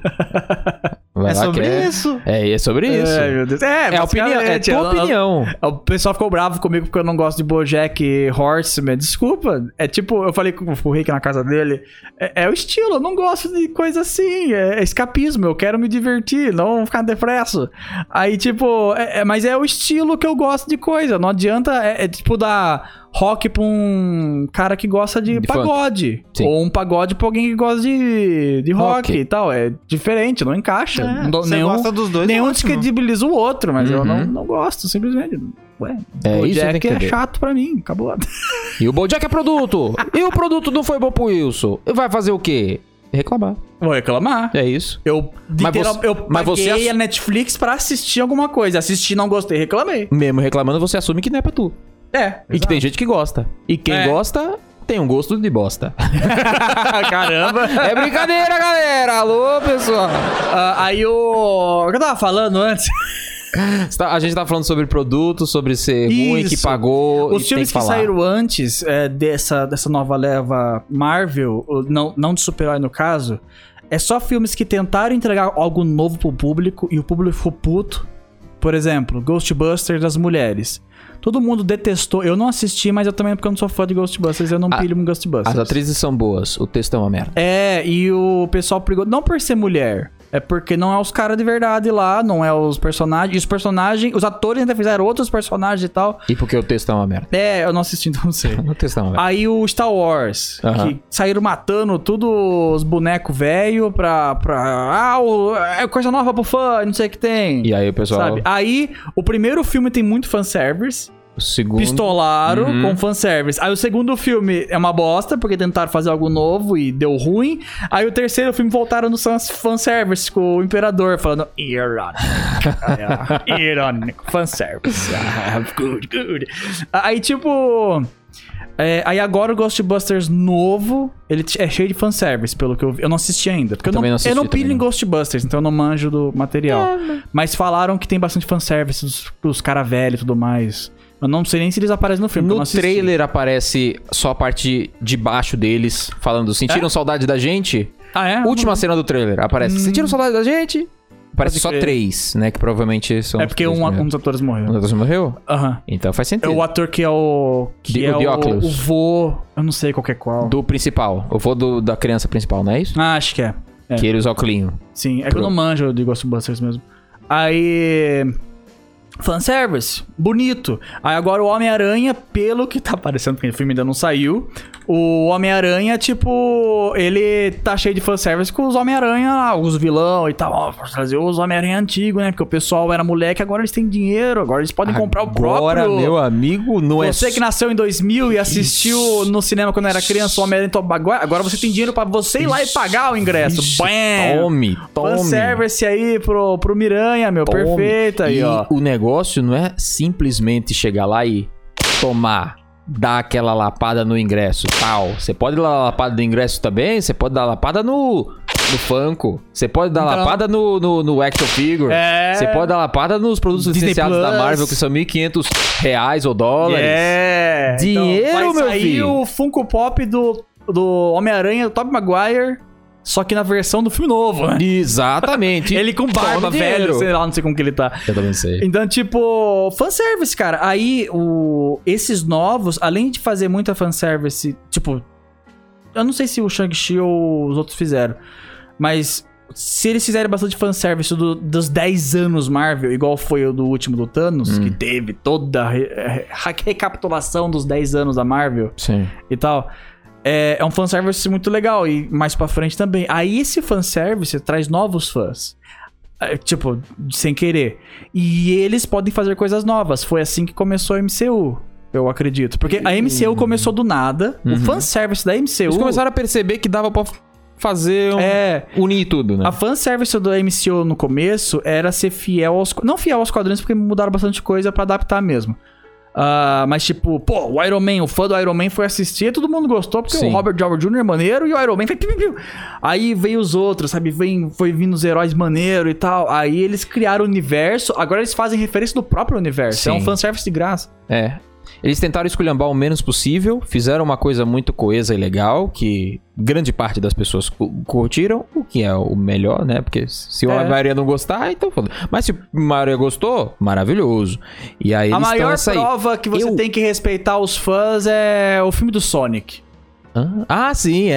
C: É sobre isso.
B: É sobre isso.
A: Meu Deus.
B: A opinião. É tua opinião.
A: O pessoal ficou bravo comigo porque eu não gosto de BoJack Horseman. Desculpa. É tipo, eu falei com o Rick na casa dele. É o estilo. Eu não gosto de coisa assim. É escapismo. Eu quero me divertir. Não ficar depresso. Aí, tipo... mas é o estilo que eu gosto de coisa. Não adianta... É tipo dar rock pra um cara que gosta de pagode. Ou um pagode pra alguém que gosta de rock e tal. É diferente. Não encaixa.
C: Gosta dos dois,
A: nenhum descredibiliza o outro, mas eu não gosto, simplesmente. BoJack é chato pra mim, acabou.
B: E o BoJack é produto. E o produto não foi bom pro Wilson. Vai fazer o quê? Reclamar.
A: Vou reclamar.
B: É isso.
A: Eu paguei a Netflix pra assistir alguma coisa. Assisti, não gostei, reclamei.
B: Mesmo reclamando, você assume que não é pra tu.
A: E
B: que tem gente que gosta. E quem gosta... tem um gosto de bosta.
A: Caramba.
B: É brincadeira, galera. Alô, pessoal.
A: Aí o que eu tava falando antes...
B: A gente tá falando sobre produtos, sobre ser ruim, que
A: Isso.
B: pagou.
A: Os filmes que saíram antes dessa nova leva Marvel, não de super-herói no caso, é só filmes que tentaram entregar algo novo pro público e o público ficou puto. Por exemplo, Ghostbusters das mulheres. Todo mundo detestou. Eu não assisti, mas eu também, porque eu não sou fã de Ghostbusters, eu não pilho um Ghostbusters.
B: As atrizes são boas, o texto é uma merda.
A: E o pessoal brigou, não por ser mulher, é porque não é os caras de verdade lá, não é os personagens. E os personagens, os atores ainda fizeram outros personagens e tal.
B: E porque o texto é uma merda.
A: Eu não assisti, então não sei.
B: O texto é uma merda.
A: Aí o Star Wars, que saíram matando tudo os bonecos velhos é coisa nova pro fã, não sei o que tem.
B: E aí o pessoal...
A: Sabe? Aí, o primeiro filme tem muito fanservice.
B: O segundo...
A: Pistolaram com fanservice. Aí o segundo filme é uma bosta, porque tentaram fazer algo novo e deu ruim. Aí o terceiro filme voltaram no fanservice com o Imperador, falando irônico. Irônico. Fanservice. Good. Aí tipo... aí agora o Ghostbusters novo, ele é cheio de fanservice, pelo que eu vi. Eu não assisti ainda. Porque eu não pilho em Ghostbusters, então eu não manjo do material. Mas falaram que tem bastante fanservice dos caras velhos e tudo mais. Eu não sei nem se eles aparecem no filme.
B: No trailer aparece só a parte de baixo deles, falando, sentiram saudade da gente? Última cena do trailer, aparece, sentiram saudade da gente? Parece só 3, né? Que provavelmente são...
A: porque um dos atores morreu.
B: Um dos atores morreu?
A: Aham.
B: Então faz sentido.
A: É o ator que é o... o vô... Eu não sei qual.
B: Do principal. O vô da criança principal, não é isso?
A: Acho que é.
B: Que ele usa óculinho.
A: Sim, que eu não manjo de Ghostbusters mesmo. Aí... fanservice, bonito. Aí agora o Homem-Aranha, pelo que tá aparecendo, porque o filme ainda não saiu, o Homem-Aranha, tipo, ele tá cheio de fanservice com os Homem-Aranha lá, os vilão e tal. Ó, pra trazer os Homem-Aranha antigos, né? Porque o pessoal era moleque, agora eles têm dinheiro, agora eles podem comprar o próprio.
B: Agora, meu amigo, não é...
A: Você que nasceu em 2000 e assistiu no cinema quando era criança o Homem-Aranha, agora você tem dinheiro pra você ir lá e pagar o ingresso.
B: Tome.
A: Fanservice aí pro Miranha, meu, perfeito aí, ó.
B: O negócio não é simplesmente chegar lá e dar aquela lapada no ingresso, tal. Você pode dar lapada no ingresso também, você pode dar lapada no Funko, você pode dar lapada no action figure, você pode dar lapada nos produtos licenciados da Marvel, que são R$1.500 ou dólares. Dinheiro,
A: então,
B: meu
A: aí
B: filho.
A: O Funko Pop do Homem-Aranha, do Tobey Maguire, só que na versão do filme novo, né?
B: Exatamente.
A: Ele com barba, velho, sei lá, não sei como que ele tá.
B: Eu também sei.
A: Então, tipo, fanservice, cara. Aí, esses novos, além de fazer muita fanservice, tipo, eu não sei se o Shang-Chi ou os outros fizeram, mas se eles fizerem bastante fanservice dos 10 anos Marvel, igual foi o do último do Thanos, que teve toda a recapitulação dos 10 anos da Marvel.
B: Sim.
A: E tal... É um fanservice muito legal e mais pra frente também. Aí esse fanservice traz novos fãs. Tipo, sem querer. E eles podem fazer coisas novas. Foi assim que começou a MCU, eu acredito. Porque a MCU começou do nada. O fanservice da MCU...
B: Eles começaram a perceber que dava pra fazer unir tudo, né?
A: A fanservice do MCU no começo era ser fiel aos... Não fiel aos quadrinhos, porque mudaram bastante coisa pra adaptar mesmo. Mas tipo, o Iron Man, o fã do Iron Man foi assistir e todo mundo gostou, porque o Robert Downey Jr. é maneiro e o Iron Man foi... Aí veio os outros, sabe? Foi vindo os heróis maneiro e tal. Aí eles criaram o universo, agora eles fazem referência do próprio universo. Sim. É um fanservice de graça.
B: Eles tentaram esculhambar o menos possível, fizeram uma coisa muito coesa e legal, que grande parte das pessoas curtiram, o que é o melhor, né? Porque se a maioria não gostar, então foda. Mas se a maioria gostou, maravilhoso. E aí
A: a maior prova que você tem que respeitar os fãs é o filme do Sonic.
B: Sim,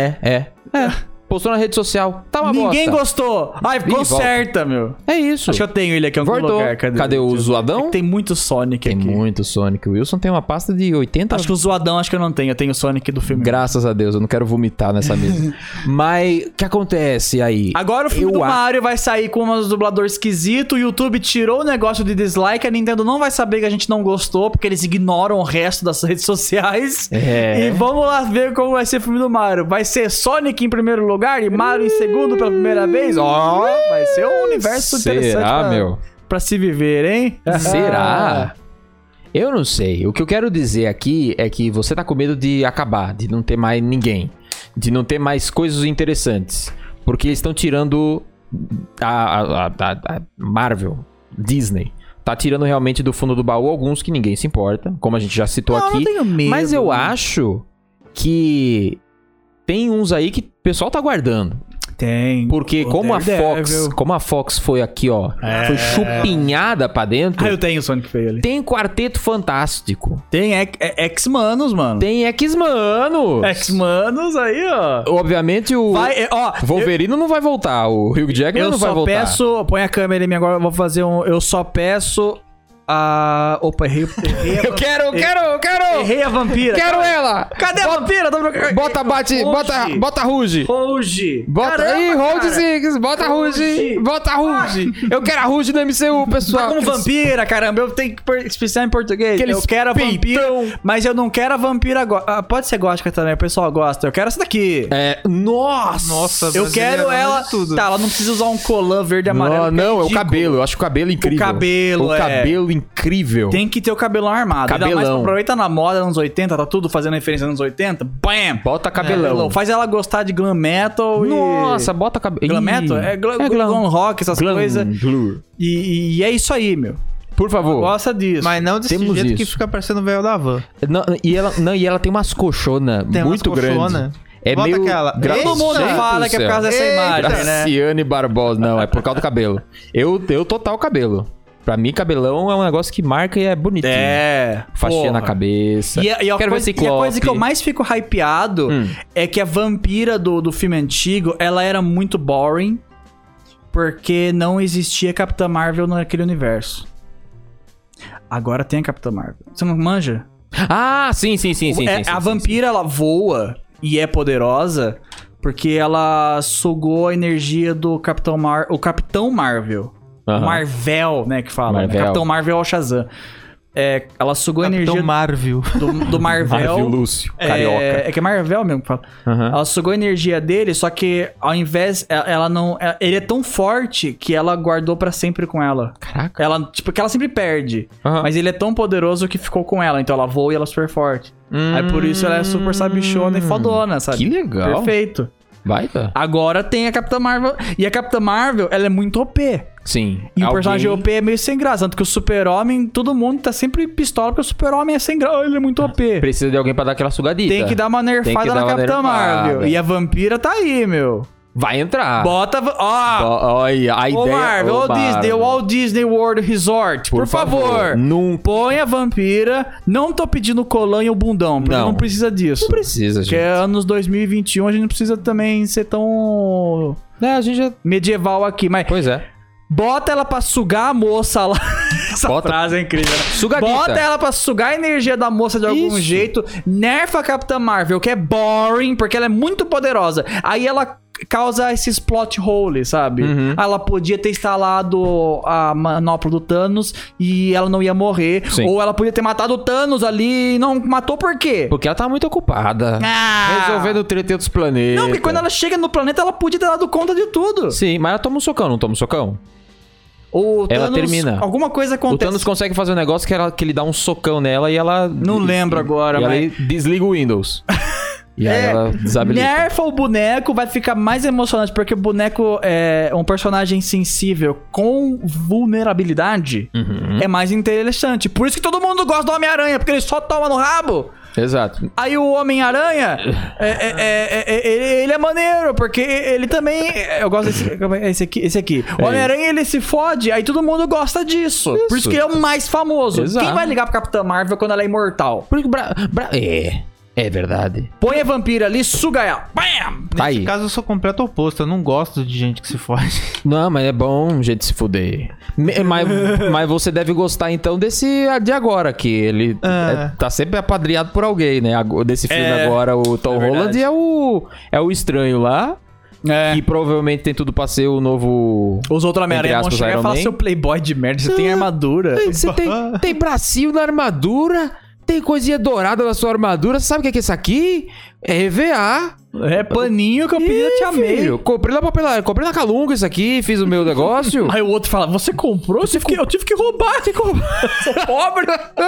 B: postou na rede social. Tá uma
A: Ninguém
B: bosta.
A: Gostou. Conserta, meu.
B: É isso.
A: Acho que eu tenho ele aqui em algum lugar.
B: Cadê o zoadão?
A: Tem muito Sonic aqui.
B: Tem muito Sonic. O Wilson tem uma pasta de 80...
A: Acho que o zoadão acho que eu não tenho. Eu tenho o Sonic do filme.
B: Graças a Deus. Eu não quero vomitar nessa mesa. Mas o que acontece aí?
A: Agora o filme do Mario vai sair com um dublador esquisito. O YouTube tirou o negócio de dislike. A Nintendo não vai saber que a gente não gostou, porque eles ignoram o resto das redes sociais. E vamos lá ver como vai ser o filme do Mario. Vai ser Sonic em primeiro lugar e Mario em segundo pela primeira vez? Vai ser um universo interessante
B: meu?
A: Pra se viver, hein?
B: Será? Eu não sei. O que eu quero dizer aqui é que você tá com medo de acabar, de não ter mais ninguém, de não ter mais coisas interessantes. Porque eles estão tirando a Marvel, Disney. Tá tirando realmente do fundo do baú alguns que ninguém se importa, como a gente já citou aqui.
A: Não tenho medo.
B: Mas eu acho que tem uns aí que o pessoal tá guardando.
A: Tem.
B: Porque
A: O
B: como
A: Daredevil.
B: a Fox foi aqui, ó, foi chupinhada pra dentro,
A: Eu tenho o Sonic feio ali.
B: tem Quarteto Fantástico.
A: Tem X-Manos, mano.
B: Tem X-Manos.
A: X-Manos aí, ó.
B: Obviamente o
A: Ó,
B: Wolverine não vai voltar, o Hugh Jackman
A: eu
B: não vai
A: só
B: voltar.
A: peço... Põe a câmera em mim agora, eu vou fazer um... Eu só peço a... Opa, errei
B: Eu quero!
A: Errei a vampira.
B: Quero ela!
A: Cadê a vampira?
B: Bota Rouge.
A: Rouge.
B: Bota
A: Caramba,
B: aí,
A: cara.
B: Hold Six, bota Rouge, bota Rouge. Eu quero a Rouge do MCU, pessoal.
A: Tá como vampira, caramba. Eu tenho que especificar em português.
B: Aqueles
A: Eu quero a vampira,
B: peitão.
A: mas eu não quero a vampira agora. Pode ser gótica também, o pessoal gosta. Eu quero essa daqui.
C: Nossa,
A: Eu quero ela...
C: Tudo.
A: Tá, ela não precisa usar um colã verde e amarelo.
B: Não, é o
A: ridículo.
B: cabelo. Eu acho o cabelo incrível.
A: cabelo,
B: O cabelo incrível.
A: Tem que ter o cabelão armado. Ainda mais
B: Cabelão.
A: que aproveita na moda anos 80, tá tudo fazendo referência anos 80. Bam!
B: Bota cabelão.
A: Faz ela gostar de glam metal
B: Nossa, bota cabelo.
A: Glam metal? É glam rock, essas coisas. E é isso aí, meu.
B: Por favor.
A: Gosta disso.
C: Mas não desse
B: Temos
C: jeito que
B: isso.
C: fica parecendo o velho da van.
B: E ela tem umas colchonas muito grandes. É
C: Bota
B: meio...
C: aquela.
A: Todo mundo
B: Gente
A: fala
B: do
A: que é por
B: céu.
A: causa dessa imagem, né?
B: Graciane Barbosa. Não, é por causa do cabelo. Eu total cabelo. Pra mim, cabelão é um negócio que marca e é bonitinho.
A: É.
B: Faixinha na
A: porra.
B: cabeça.
A: E a
B: Quero ver
A: coisa, e a
B: Ciclope.
A: coisa que eu mais fico hypeado é que a vampira do filme antigo, ela era muito boring, porque não existia Capitã Marvel naquele universo. Agora tem a Capitã Marvel. Você não manja?
B: Ah, sim.
A: A vampira, ela voa e é poderosa porque ela sugou a energia do Capitão Marvel.
B: Aham.
A: Marvel, né, que fala. Né?
B: Marvel.
A: Capitão Marvel é o Shazam. Ela sugou a
C: Capitão
A: energia
C: Marvel.
A: do Marvel.
B: Marvel Lúcio, carioca.
A: É que é Marvel mesmo que fala.
B: Aham.
A: Ela sugou a energia dele, só que ao invés... Ela não... Ele é tão forte que ela guardou pra sempre com ela.
B: Caraca.
A: Ela, tipo, que ela sempre perde.
B: Aham.
A: Mas ele é tão poderoso que ficou com ela. Então ela voa e ela é super forte. Aí por isso ela é super sabichona e fodona, sabe?
B: Que legal.
A: Perfeito.
B: Baita.
A: Agora tem a Capitã Marvel. E a Capitã Marvel, ela é muito OP.
B: Sim.
A: E o personagem OP é meio sem graça. Tanto que o Super-Homem, todo mundo tá sempre pistola porque o Super-Homem é sem graça. Ele é muito OP.
B: Precisa de alguém pra dar aquela sugadita.
A: Tem que dar uma nerfada na Capitã Marvel. E a vampira tá aí, meu.
B: Vai entrar.
A: Bota...
B: Olha, a
A: Ô
B: ideia...
A: Marvel,
B: Ô,
A: ô Disney, o Walt Disney World Resort, por favor.
B: Não
A: Põe a vampira. Não tô pedindo colã e o bundão, porque não precisa disso.
B: precisa,
A: Porque
B: gente.
A: é anos 2021, a gente não precisa também ser tão
B: A gente já...
A: medieval aqui, mas
B: Pois é.
A: bota ela pra sugar a moça lá. Essa
B: Bota-
A: frase é incrível, né?
B: Sugadita.
A: Bota ela pra sugar a energia da moça de algum
B: Isso.
A: jeito. Nerfa a Capitã Marvel, que é boring, porque ela é muito poderosa. Aí ela causa esses plot holes, sabe?
B: Uhum.
A: Ela podia ter instalado a manopla do Thanos e ela não ia morrer.
B: Sim.
A: Ou ela podia ter matado o Thanos ali e não matou por quê?
B: Porque ela tá muito ocupada. Resolvendo treta dos planetas.
A: Não, porque quando ela chega no planeta, ela podia ter dado conta de tudo.
B: Sim, mas ela toma um socão, não toma um socão?
A: O
B: Ela
A: Thanos,
B: termina.
A: Alguma coisa
B: O
A: acontece.
B: Thanos consegue fazer um negócio que ele dá um socão nela e ela...
A: Não lembro agora,
B: e
A: mas...
B: ela desliga o Windows. E aí ela desabilita.
A: Nerfa o boneco, vai ficar mais emocionante, porque o boneco é um personagem sensível com vulnerabilidade. É mais interessante. Por isso que todo mundo gosta do Homem-Aranha, porque ele só toma no rabo.
B: Exato.
A: Aí o Homem-Aranha, ele é maneiro, porque ele também... Eu gosto esse aqui. O Homem-Aranha, ele se fode, aí todo mundo gosta disso. Por isso que ele é o mais famoso.
B: Exato.
A: Quem vai ligar pro Capitã Marvel quando ela é imortal?
B: Porque É verdade.
A: Põe a vampira ali, suga ela. Bam!
B: Tá
C: Nesse
B: aí.
C: caso, eu sou completo oposto. Eu não gosto de gente que se foge.
B: Não, mas é bom gente se fuder. Mas você deve gostar então desse de agora, que ele tá sempre apadrinhado por alguém, né? Desse filme agora, o Tom Holland é o estranho lá. Que provavelmente tem tudo pra ser o novo...
A: Os outros Homem-Aranha vão
B: aspas,
A: chegar e
B: Iron
A: falar:
B: Man.
A: seu playboy de merda, você tem armadura.
B: Você tem bracinho na armadura, tem coisinha dourada na sua armadura. Você sabe o que é isso aqui? É EVA.
A: É paninho que eu pedi, eu te amei.
B: Filho, comprei na Calunga isso aqui, fiz o meu negócio.
A: Aí o outro fala, você comprou? Eu tive que roubar. Sou pobre.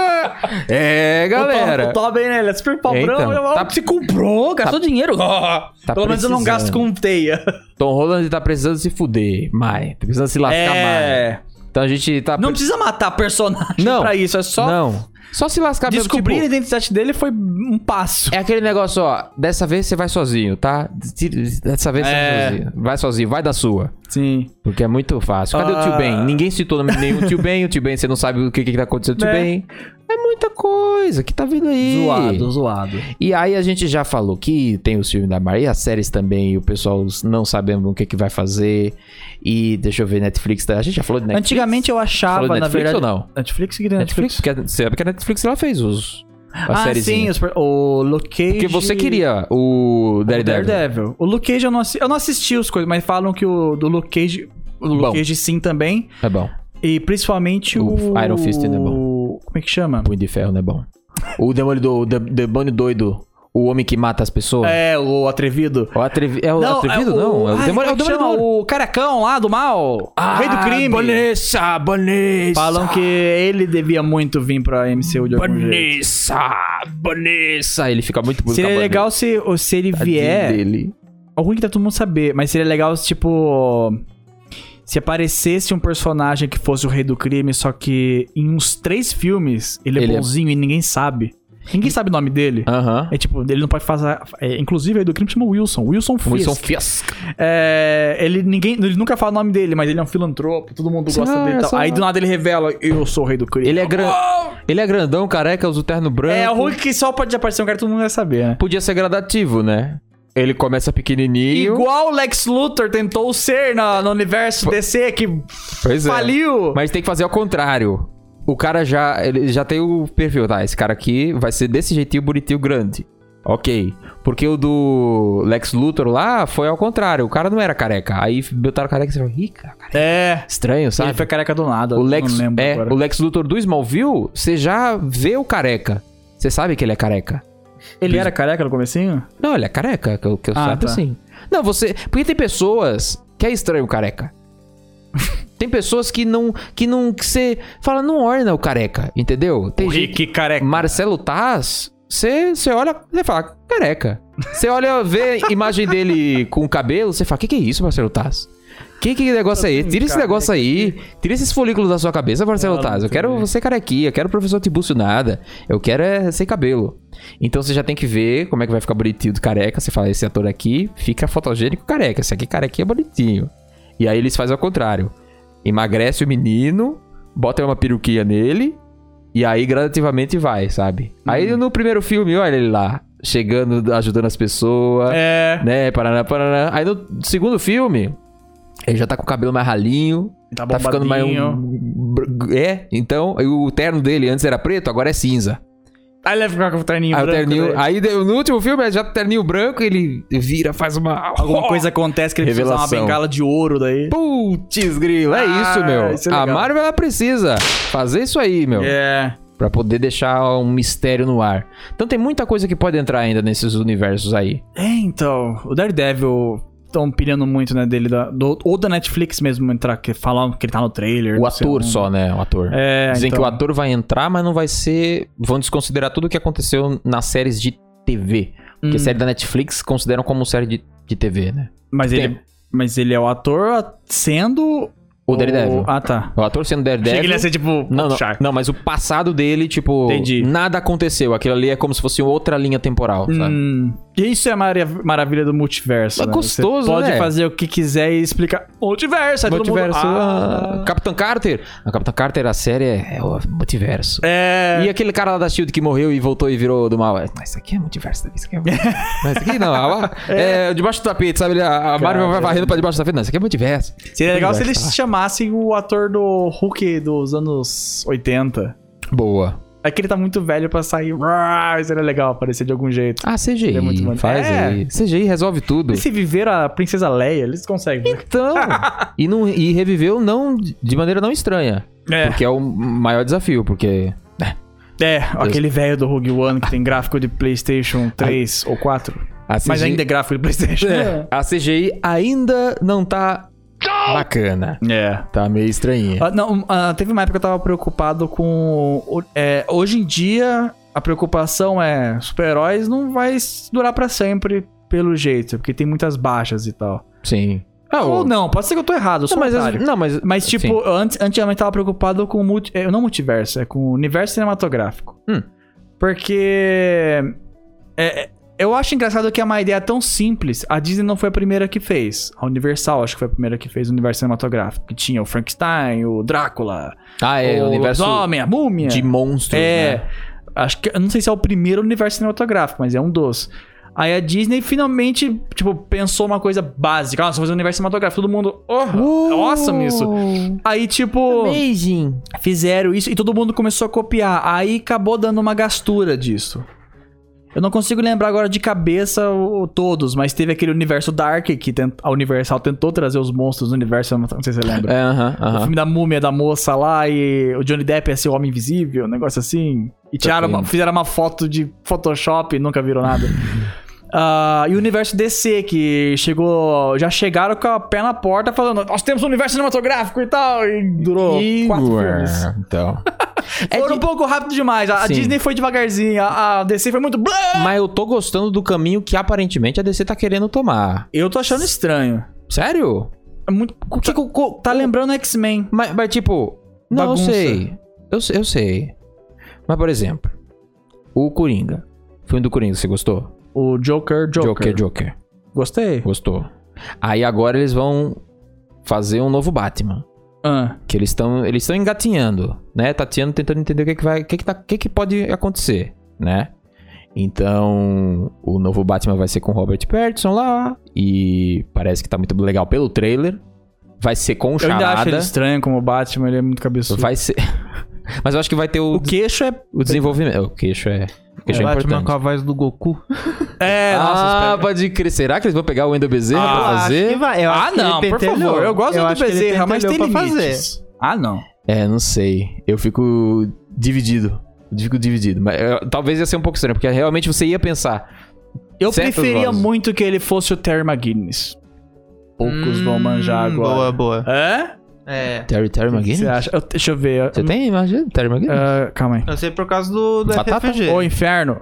B: Galera.
A: Eu tô bem, né? Ele é super pobrão.
B: Então,
A: você comprou, gastou dinheiro. Pelo menos eu não gasto com teia.
B: Tom Holland tá precisando se fuder, mais. Tá precisando se lascar mais. Então a gente tá...
A: Não precisa matar personagem pra isso, é só...
B: Não. Só se lascar mesmo,
A: descobrir a identidade dele foi um passo.
B: É aquele negócio, ó. Dessa vez você vai sozinho, tá? Dessa vez você vai sozinho. Vai sozinho, vai da sua.
A: Sim.
B: Porque é muito fácil. Cadê o Tio Ben? Ninguém citou nenhum Tio Ben. O Tio Ben, você não sabe o que tá acontecendo com o Tio Ben. É muita coisa que tá vindo aí.
A: Zoado.
B: E aí a gente já falou que tem os filmes da Marvel, as séries também, e o pessoal não sabendo o que vai fazer. E deixa eu ver, Netflix, a gente já falou de Netflix.
A: Antigamente eu achava,
B: falou de Netflix,
A: na verdade...
B: ou não?
A: Netflix? Que Netflix?
B: Porque sabe que a Netflix ela fez a sériezinha.
A: Sim, o Luke Cage...
B: Porque você queria o Daredevil.
A: O Luke Cage eu não assisti as coisas, mas falam que o do Luke Cage... O Luke Cage sim também.
B: É bom.
A: E principalmente o
B: Iron Fist não é bom.
A: Como é que chama?
B: Punho de Ferro não é bom. O Demolidor, o Demônio Doido. O homem que mata as pessoas.
A: É, o Atrevido.
B: Atrevido? É o Demolidor.
A: O caracão lá do mal. O rei do crime.
B: Vanessa.
A: Falam que ele devia muito vir pra MCU de algum jeito.
B: Vanessa. Ele fica muito bonito.
A: Seria legal se ele vier...
B: Dele.
A: O ruim que tá todo mundo saber, mas seria legal se, tipo... Se aparecesse um personagem que fosse o rei do crime, só que em uns 3 filmes ele é bonzinho e ninguém sabe. Ninguém sabe o nome dele. É tipo, ele não pode fazer... inclusive, o rei do crime chama Wilson Fisk. Ele nunca fala o nome dele, mas ele é um filantropo, todo mundo gosta dele e tal. Aí do nada ele revela, eu sou o rei do crime.
B: Ele é grandão, careca, usa o terno branco.
A: É, o ruim que só pode aparecer um cara que todo mundo vai saber, né?
B: Podia ser gradativo, né? Ele começa pequenininho.
A: Igual o Lex Luthor tentou ser no universo DC, que faliu.
B: Mas tem que fazer ao contrário. O cara ele já tem o perfil, tá? Esse cara aqui vai ser desse jeitinho bonitinho grande. Ok. Porque o do Lex Luthor lá foi ao contrário. O cara não era careca. Aí botaram careca e você falou, cara. Estranho, sabe?
A: Ele foi careca do nada.
B: O Lex Luthor do Smallville, você já vê o careca. Você sabe que ele é careca.
A: Ele era careca no comecinho?
B: Não, ele é careca, que eu saiba assim. Não, porque tem pessoas que é estranho o careca. Tem pessoas que você fala, não orna o careca, entendeu? Tem
A: Rick careca.
B: Marcelo Taz, você olha e fala, careca. Você olha, vê a imagem dele com o cabelo, você fala, que é isso, Marcelo Taz? Que negócio é esse? Tira esse negócio aí. Tira esses folículos da sua cabeça, Marcelo Taz. Eu quero você carequinha. Eu quero o professor Tibúcio nada. Eu quero sem cabelo. Então você já tem que ver como é que vai ficar bonitinho do careca. Você fala, esse ator aqui fica fotogênico careca. Esse aqui carequinha é bonitinho. E aí eles fazem ao contrário. Emagrece o menino, bota uma peruquinha nele. E aí gradativamente vai, sabe? Aí no primeiro filme, olha ele lá. Chegando, ajudando as pessoas. Né? Paraná. Aí no segundo filme... Ele já tá com o cabelo mais ralinho. Tá ficando mais então, o terno dele antes era preto, agora é cinza.
A: Aí ele vai ficar com o terninho branco.
B: Aí no último filme, já o terninho branco, ele vira, faz
A: alguma coisa acontece que ele precisa usar uma bengala de ouro daí.
B: Putz, grilo, é isso, meu. Isso é a Marvel, ela precisa fazer isso aí, meu. Pra poder deixar um mistério no ar. Então tem muita coisa que pode entrar ainda nesses universos aí.
A: Então, o Daredevil... Estão pilhando muito, né, dele, ou da Netflix mesmo entrar, falando que ele tá no trailer.
B: O ator só, né, o ator. Dizem que o ator vai entrar, mas não vai ser... Vão desconsiderar tudo o que aconteceu nas séries de TV. Porque série da Netflix consideram como série de TV, né?
A: Mas ele é o ator sendo...
B: O Daredevil.
A: Tá.
B: O ator sendo Daredevil...
A: Achei que ele ia ser, tipo...
B: Não, mas o passado dele, tipo...
A: Entendi.
B: Nada aconteceu. Aquilo ali é como se fosse outra linha temporal, sabe?
A: E isso é a maravilha do multiverso,
B: É gostoso,
A: né? Você pode fazer o que quiser e explicar... Multiverso!
B: Multiverso. Capitão Carter. A Capitão Carter, a série é o multiverso. E aquele cara lá da SHIELD que morreu e voltou e virou do mal. Mas isso aqui é multiverso. Isso aqui é multiverso. Mas isso aqui não. Debaixo do tapete, sabe? A Marvel vai varrendo pra debaixo do tapete. Não, isso aqui é multiverso.
A: Seria legal se eles chamassem o ator do Hulk dos anos 80.
B: Boa.
A: É que ele tá muito velho pra sair. Seria legal aparecer de algum jeito.
B: CGI. Faz aí. CGI resolve tudo.
A: E se viver a Princesa Leia, eles conseguem.
B: Então. e reviveu de maneira não estranha. Porque é o maior desafio, porque...
A: aquele velho do Rogue One que tem gráfico de PlayStation 3 ou 4. Mas ainda é gráfico de PlayStation.
B: A CGI ainda não tá bacana. Tá meio estranhinha.
A: Teve uma época que eu tava preocupado com... hoje em dia, a preocupação é... Super-heróis não vai durar pra sempre, pelo jeito. Porque tem muitas baixas e tal.
B: Sim.
A: Ou não, pode ser que eu tô errado, eu sou otário. Mas tipo, antigamente tava preocupado com não multiverso, é com o universo cinematográfico. Porque... eu acho engraçado que é uma ideia tão simples. A Disney não foi a primeira que fez. A Universal acho que foi a primeira que fez o universo cinematográfico. Que tinha o Frankenstein, o Drácula,
B: o universo
A: homem, a múmia.
B: De monstros, né?
A: Acho que... Eu não sei se é o primeiro universo cinematográfico, mas é um dos. Aí a Disney finalmente, tipo, pensou uma coisa básica. Nossa, vou fazer um universo cinematográfico. Todo mundo... awesome isso. Aí, tipo...
B: Amazing.
A: Fizeram isso e todo mundo começou a copiar. Aí acabou dando uma gastura disso. Eu não consigo lembrar agora de cabeça todos, mas teve aquele universo Dark que a Universal tentou trazer os monstros do universo, não sei se você lembra. O filme da múmia da moça lá e o Johnny Depp ia ser o Homem Invisível, um negócio assim. E fizeram uma foto de Photoshop e nunca viram nada. E o universo DC, que já chegaram com a pé na porta falando, nós temos um universo cinematográfico e tal, e durou 4 filmes.
B: Então...
A: Foram um pouco rápido demais. A Disney foi devagarzinho, a DC foi muito...
B: Mas eu tô gostando do caminho que aparentemente a DC tá querendo tomar.
A: Eu tô achando estranho.
B: Sério?
A: É muito... Tá lembrando X-Men.
B: Mas tipo... Não, eu sei. Eu sei. Mas, por exemplo, o Coringa. O filme do Coringa, você gostou?
A: O Joker. Gostei.
B: Gostou. Aí agora eles vão fazer um novo Batman. Que eles estão engatinhando, né? Tatiano tentando entender o que pode acontecer, né? Então, o novo Batman vai ser com Robert Pattinson lá. E parece que tá muito legal pelo trailer. Vai ser com o Charada.
A: Eu ainda acho ele estranho como Batman, ele é muito cabeçudo.
B: Vai ser... Mas eu acho que vai ter o
A: queixo é...
B: O desenvolvimento. O queixo é importante.
C: Batman com a voz do Goku.
B: Nossa, pode crer. Será que eles vão pegar o Wendell Bezerra pra fazer?
A: Não, por favor. Eu gosto do Bezerra, mas tem limites. Não.
B: Não sei. Eu fico dividido. Mas talvez ia ser um pouco estranho, porque realmente você ia pensar.
A: Eu preferia muito que ele fosse o Terry McGinnis. Poucos vão manjar agora.
C: Boa.
B: Terry McGinnis?
A: Você acha? Deixa eu ver.
B: Você tem imagem? Terry McGinnis?
A: Calma aí.
C: Eu sei por causa do FFG.
A: O Inferno.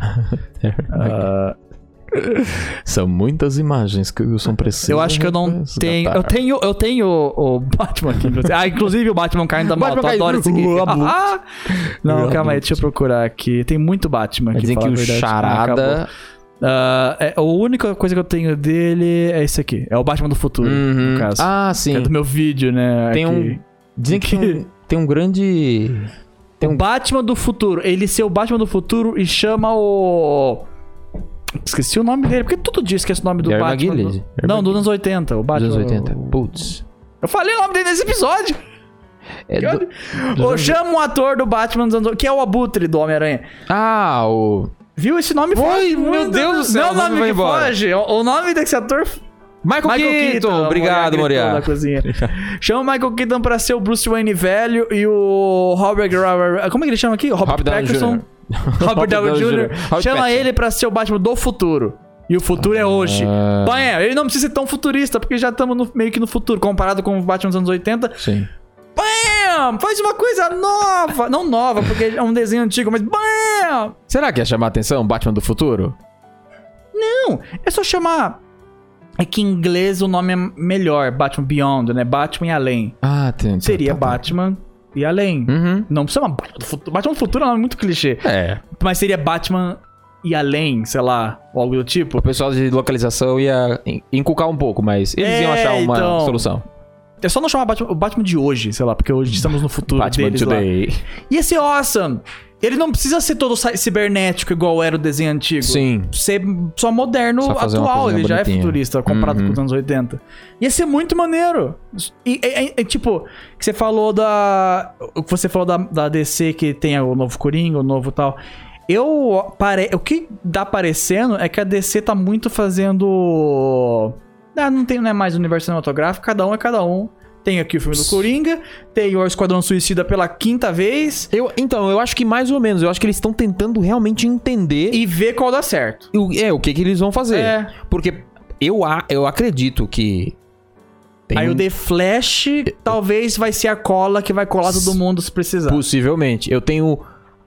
B: São muitas imagens que o Wilson precisa.
A: Eu acho que eu não tenho. Eu tenho o Batman aqui. Inclusive o Batman caindo da moto. Eu adoro esse aqui. Não, calma aí. Deixa eu procurar aqui. Tem muito Batman aqui.
B: Dizem que o Charada...
A: a única coisa que eu tenho dele é esse aqui. É o Batman do Futuro, no caso.
B: Sim.
A: Que é do meu vídeo, né?
B: Dizem que tem um grande...
A: Tem um Batman do Futuro. Ele ser o Batman do Futuro e chama o... Esqueci o nome dele. Porque todo dia esquece o nome do Batman. Não, dos anos 80. O Batman.
B: Dos anos 80. Putz.
A: Eu falei o nome dele nesse episódio. Chama um ator do Batman dos anos 80, que é o Abutre do Homem-Aranha. Viu? Esse nome foge.
B: Meu Deus do céu.
A: Não, o nome que foge. O nome desse ator...
B: Michael Keaton. Obrigado, Moriá.
A: Chama o Michael Keaton pra ser o Bruce Wayne velho e o Robert... Como é que ele chama aqui? Robert Pattinson. Robert Downey Jr. Chama ele pra ser o Batman do futuro. E o futuro é hoje. Ele não precisa ser tão futurista, porque já estamos meio que no futuro, comparado com o Batman dos anos 80.
B: Sim.
A: Faz uma coisa nova. Não nova, porque é um desenho antigo, mas...
B: Será que ia chamar a atenção Batman do futuro?
A: Não, é só chamar... É que em inglês o nome é melhor. Batman Beyond, né? Batman e Além. Seria Batman e Além. Não precisa chamar Batman do futuro. Batman do futuro é um nome muito clichê. Mas seria Batman e Além, sei lá, algo do tipo.
B: O pessoal de localização ia inculcar um pouco, mas eles iam achar uma solução.
A: É só não chamar o Batman de hoje, sei lá, porque hoje estamos no futuro
B: Batman
A: deles
B: Today.
A: Lá. Ia ser awesome. Ele não precisa ser todo cibernético igual era o desenho antigo.
B: Sim.
A: Ser só moderno, só atual. Ele já é futurista comparado com os anos 80. Ia ser muito maneiro. E tipo, que você falou o que você falou da DC, que tem o novo Coringa, o novo tal. O que dá parecendo é que a DC tá muito fazendo... não é mais universo cinematográfico, cada um é cada um. Tem aqui o filme do Coringa, tem o Esquadrão Suicida pela 5ª vez.
B: Então, eu acho que mais ou menos. Eu acho que eles estão tentando realmente entender...
A: E ver qual dá certo.
B: O que eles vão fazer.
A: É.
B: Porque eu acredito que...
A: Aí o The Flash talvez vai ser a cola que vai colar todo mundo se precisar.
B: Possivelmente. Eu tenho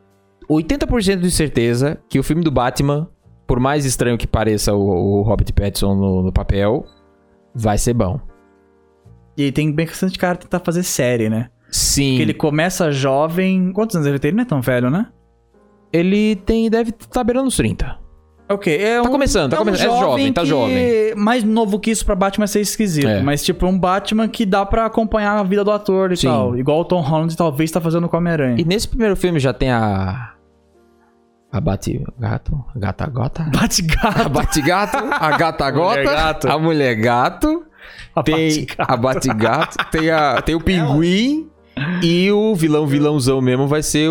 B: 80% de certeza que o filme do Batman, por mais estranho que pareça o Robert Pattinson no papel, vai ser bom.
A: E tem bastante cara tentar fazer série, né?
B: Sim.
A: Porque ele começa jovem... Quantos anos ele tem? Ele não é tão velho, né?
B: Ele deve estar beirando os 30.
A: Ok,
B: Tá começando. É jovem, tá jovem.
A: Mais novo que isso pra Batman ser esquisito.
B: É.
A: Mas, tipo, um Batman que dá pra acompanhar a vida do ator e
B: Sim.
A: tal. Igual o Tom Holland talvez tá fazendo com o Homem-Aranha.
B: E nesse primeiro filme já tem a Bate-Gato? Gata-Gota?
A: Bate-gato.
B: A Bate-Gato, a Gata-Gota,
A: Mulher-gato.
B: a Mulher-Gato, tem a Bate-Gato, tem o Pinguim e o vilãozão mesmo vai ser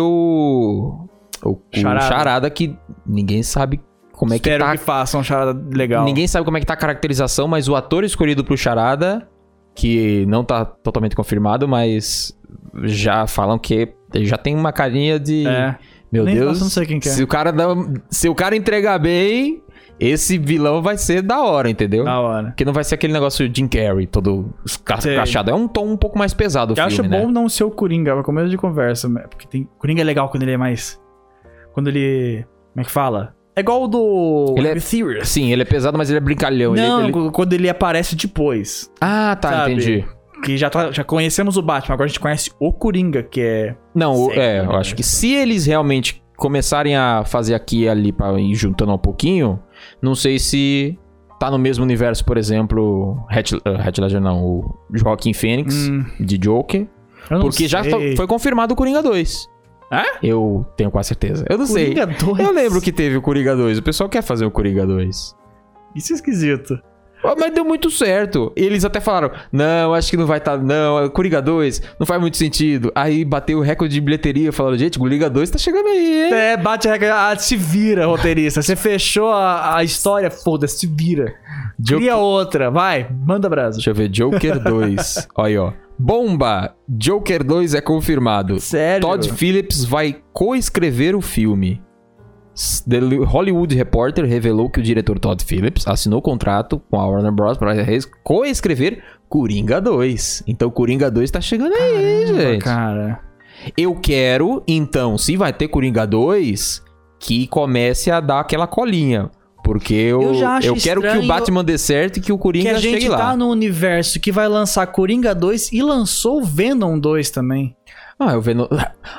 B: o Charada, que ninguém sabe como é que
A: Espero
B: tá.
A: que façam um charada legal.
B: Ninguém sabe como é que tá a caracterização, mas o ator escolhido pro Charada, que não tá totalmente confirmado, mas já falam que já tem uma carinha de... Meu
A: Nem
B: Deus,
A: faço, não sei quem que é.
B: se o cara entregar bem, esse vilão vai ser da hora, entendeu?
A: Da hora.
B: Porque não vai ser aquele negócio de Jim Carrey, todo crachado. É um tom um pouco mais pesado o
A: Eu
B: filme,
A: acho
B: né?
A: bom não ser o Coringa, é começo de conversa. Porque Coringa é legal quando ele é mais... Quando ele... Como é que fala? É igual o do...
B: Ele é...
A: Serious.
B: Sim, ele é pesado, mas ele é brincalhão.
A: Não, quando ele aparece depois.
B: Ah, tá,
A: sabe?
B: entendi.
A: Que já conhecemos o Batman, agora a gente conhece o Coringa, que é...
B: Não, eu acho que se eles realmente começarem a fazer aqui e ali pra ir juntando um pouquinho, não sei se tá no mesmo universo, por exemplo, Heath Ledger não, o Joaquin Phoenix, de Joker, porque já foi confirmado o Coringa 2.
A: É?
B: Eu tenho quase certeza. Eu não
A: Coringa
B: sei.
A: 2?
B: Eu lembro que teve o Coringa 2. O pessoal quer fazer o Coringa 2.
A: Isso é esquisito.
B: Mas deu muito certo. Eles até falaram, não, acho que não vai estar, não, Coringa 2 não faz muito sentido. Aí bateu o recorde de bilheteria, falaram, gente, o Coringa 2 tá chegando aí, hein?
A: Bate a regra, se vira, roteirista. Você fechou a história, foda-se, se vira. Cria outra, vai, manda brasa.
B: Deixa eu ver, Joker 2. Olha aí, ó. Bomba! Joker 2 é confirmado.
A: Sério?
B: Todd Phillips vai coescrever o filme. The Hollywood Reporter revelou que o diretor Todd Phillips assinou o contrato com a Warner Bros. Para coescrever Coringa 2. Então Coringa 2 tá chegando aí, gente.
A: Cara.
B: Eu quero, então, se vai ter Coringa 2, que comece a dar aquela colinha. Porque eu quero que o Batman dê certo e que o Coringa chegue lá.
A: Que a gente tá no universo que vai lançar Coringa 2 e lançou Venom 2 também.
B: Ah, o Venom...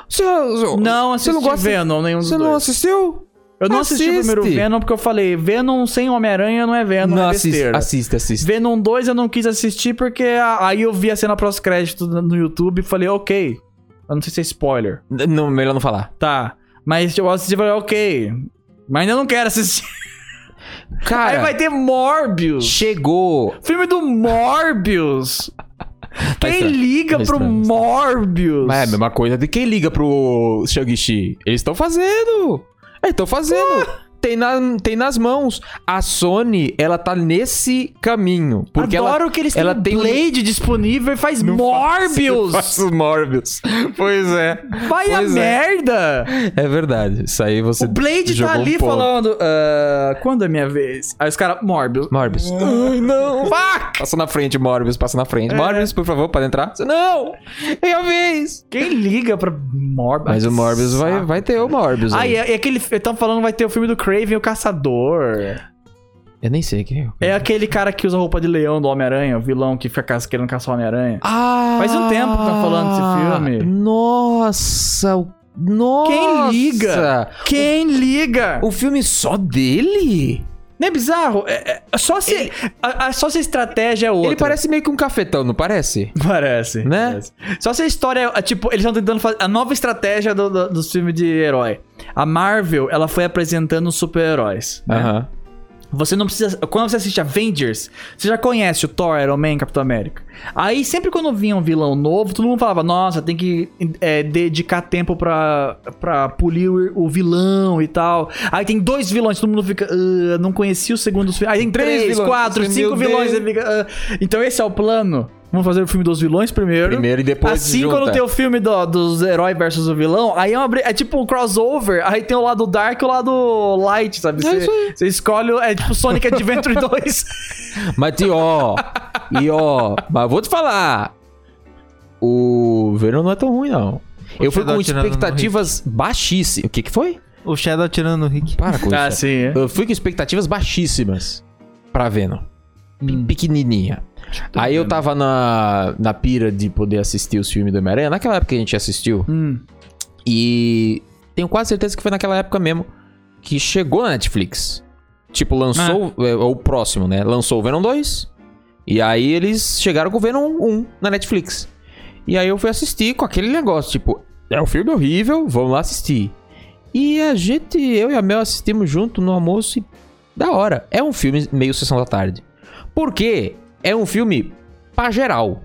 A: Não assisti Venom, nenhum dos dois.
B: Você não assistiu?
A: Eu não assisti o primeiro Venom porque eu falei, Venom sem Homem-Aranha não é Venom,
B: não,
A: é besteira.
B: Assiste.
A: Venom 2 eu não quis assistir porque aí eu vi a cena pós-crédito no YouTube e falei, ok. Eu não sei se é spoiler.
B: Não, melhor não falar.
A: Tá. Mas eu assisti e falei, ok. Mas ainda não quero assistir.
B: Cara...
A: Aí vai ter Morbius.
B: Chegou.
A: Filme do Morbius. Quem liga pro Morbius?
B: Mas é a mesma coisa de quem liga pro Shang-Chi. Eles estão fazendo. Tem nas mãos. A Sony, ela tá nesse caminho. Porque
A: Adoro que eles têm o Blade disponível e faz Morbius.
B: Faz o Morbius. Pois é.
A: Vai a merda.
B: É verdade. Isso aí você
A: O Blade tá ali falando, quando é minha vez? Aí os caras, Morbius.
B: Ai, não.
A: Fuck!
B: Passa na frente, Morbius. Passa na frente. Morbius, por favor, pode entrar. Não! É minha vez.
A: Quem liga pra Morbius?
B: Mas o Morbius vai ter o Morbius.
A: Ah, e aquele... Estão falando vai ter o filme do Kraven, o Caçador.
B: Eu nem sei quem é.
A: É aquele cara que usa roupa de leão do Homem-Aranha, o vilão que fica querendo caçar o Homem-Aranha.
B: Ah!
A: Faz um tempo que estão falando desse filme.
B: Nossa!
A: Quem liga?
B: O filme só dele?
A: Não é bizarro? Só se a estratégia é outra.
B: Ele parece meio que um cafetão, não parece?
A: Parece.
B: Né?
A: Parece. Só se a história... Tipo, eles estão tentando fazer... A nova estratégia dos filmes de herói. A Marvel, ela foi apresentando os super-heróis. Né?
B: Aham.
A: Você não precisa... Quando você assiste Avengers, você já conhece o Thor, Iron Man, Capitão América. Aí, sempre quando vinha um vilão novo, todo mundo falava, nossa, tem que dedicar tempo pra polir o vilão e tal. Aí tem 2 vilões, todo mundo fica... não conhecia o segundo... Aí tem 3, 4, 5 vilões. Você fica, Então esse é o plano. Vamos fazer o filme dos vilões primeiro.
B: E depois
A: assim,
B: junta.
A: quando tem o filme dos heróis versus o vilão, aí é tipo um crossover, aí tem o lado dark e o lado light, sabe? Você escolhe, é tipo Sonic Adventure 2.
B: Mas mas vou te falar, o Venom não é tão ruim, não. Eu fui com expectativas baixíssimas. O que foi?
C: O Shadow atirando no Rick.
B: Para com isso.
A: Sim, é.
B: Eu fui com expectativas baixíssimas pra Venom. Pequenininha. Aí eu tava na pira de poder assistir os filmes do Homem-Aranha. Naquela época que a gente assistiu. E tenho quase certeza que foi naquela época mesmo que chegou na Netflix. Tipo, lançou o próximo, né? Lançou o Venom 2. E aí eles chegaram com o Venom 1 na Netflix. E aí eu fui assistir com aquele negócio, tipo, é um filme horrível, vamos lá assistir. E eu e a Mel assistimos junto no almoço e da hora. É um filme meio sessão da tarde. Por quê? É um filme pra geral.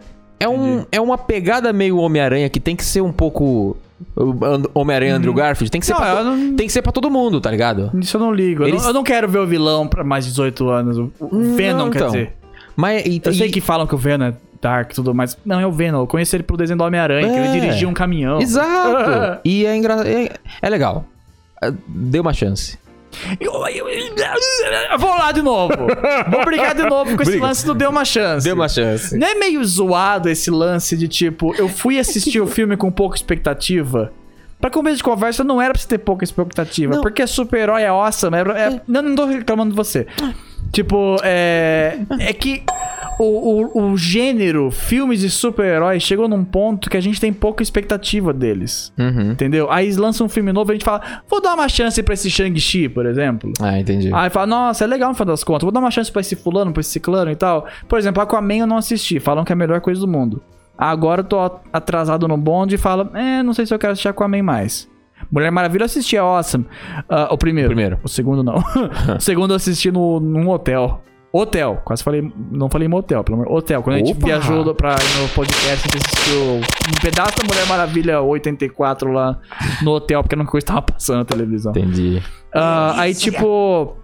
B: É uma pegada meio Homem-Aranha que tem que ser um pouco... Homem-Aranha Andrew Garfield. Tem que ser tem que ser pra todo mundo, tá ligado?
A: Isso eu não ligo. Eu não quero ver o vilão pra mais de 18 anos. O Venom, quer dizer.
B: Mas,
A: eu sei que falam que o Venom é dark e tudo, mas não é o Venom. Eu conheci ele pro desenho do Homem-Aranha, que ele dirigia um caminhão.
B: Exato. E é legal. Dê uma chance.
A: Eu vou lá de novo. Vou brigar de novo com esse lance do Dê uma chance.
B: Dê uma chance.
A: Não é meio zoado esse lance de tipo, eu fui assistir o filme com pouca expectativa? Pra começo de conversa, não era pra você ter pouca expectativa. Não. Porque super-herói é awesome. Não tô reclamando de você. Tipo, é que o gênero filmes de super-heróis chegou num ponto que a gente tem pouca expectativa deles. Entendeu? Aí eles lançam um filme novo e a gente fala, vou dar uma chance pra esse Shang-Chi, por exemplo.
B: Ah, entendi.
A: Aí fala, nossa, é legal no final das contas. Vou dar uma chance pra esse fulano, pra esse ciclano e tal. Por exemplo, Aquaman eu não assisti. Falam que é a melhor coisa do mundo. Agora eu tô atrasado no bonde e falo, não sei se eu quero assistir Aquaman mais. Mulher Maravilha eu assisti, é awesome. O primeiro. O segundo não. O segundo eu assisti num hotel. Hotel. Quase falei... Não falei motel, pelo amor. Hotel. Quando a gente viajou no podcast, a gente assistiu um pedaço da Mulher Maravilha 84 lá no hotel, porque não coisa estava passando na televisão.
B: Entendi.
A: Aí, tipo...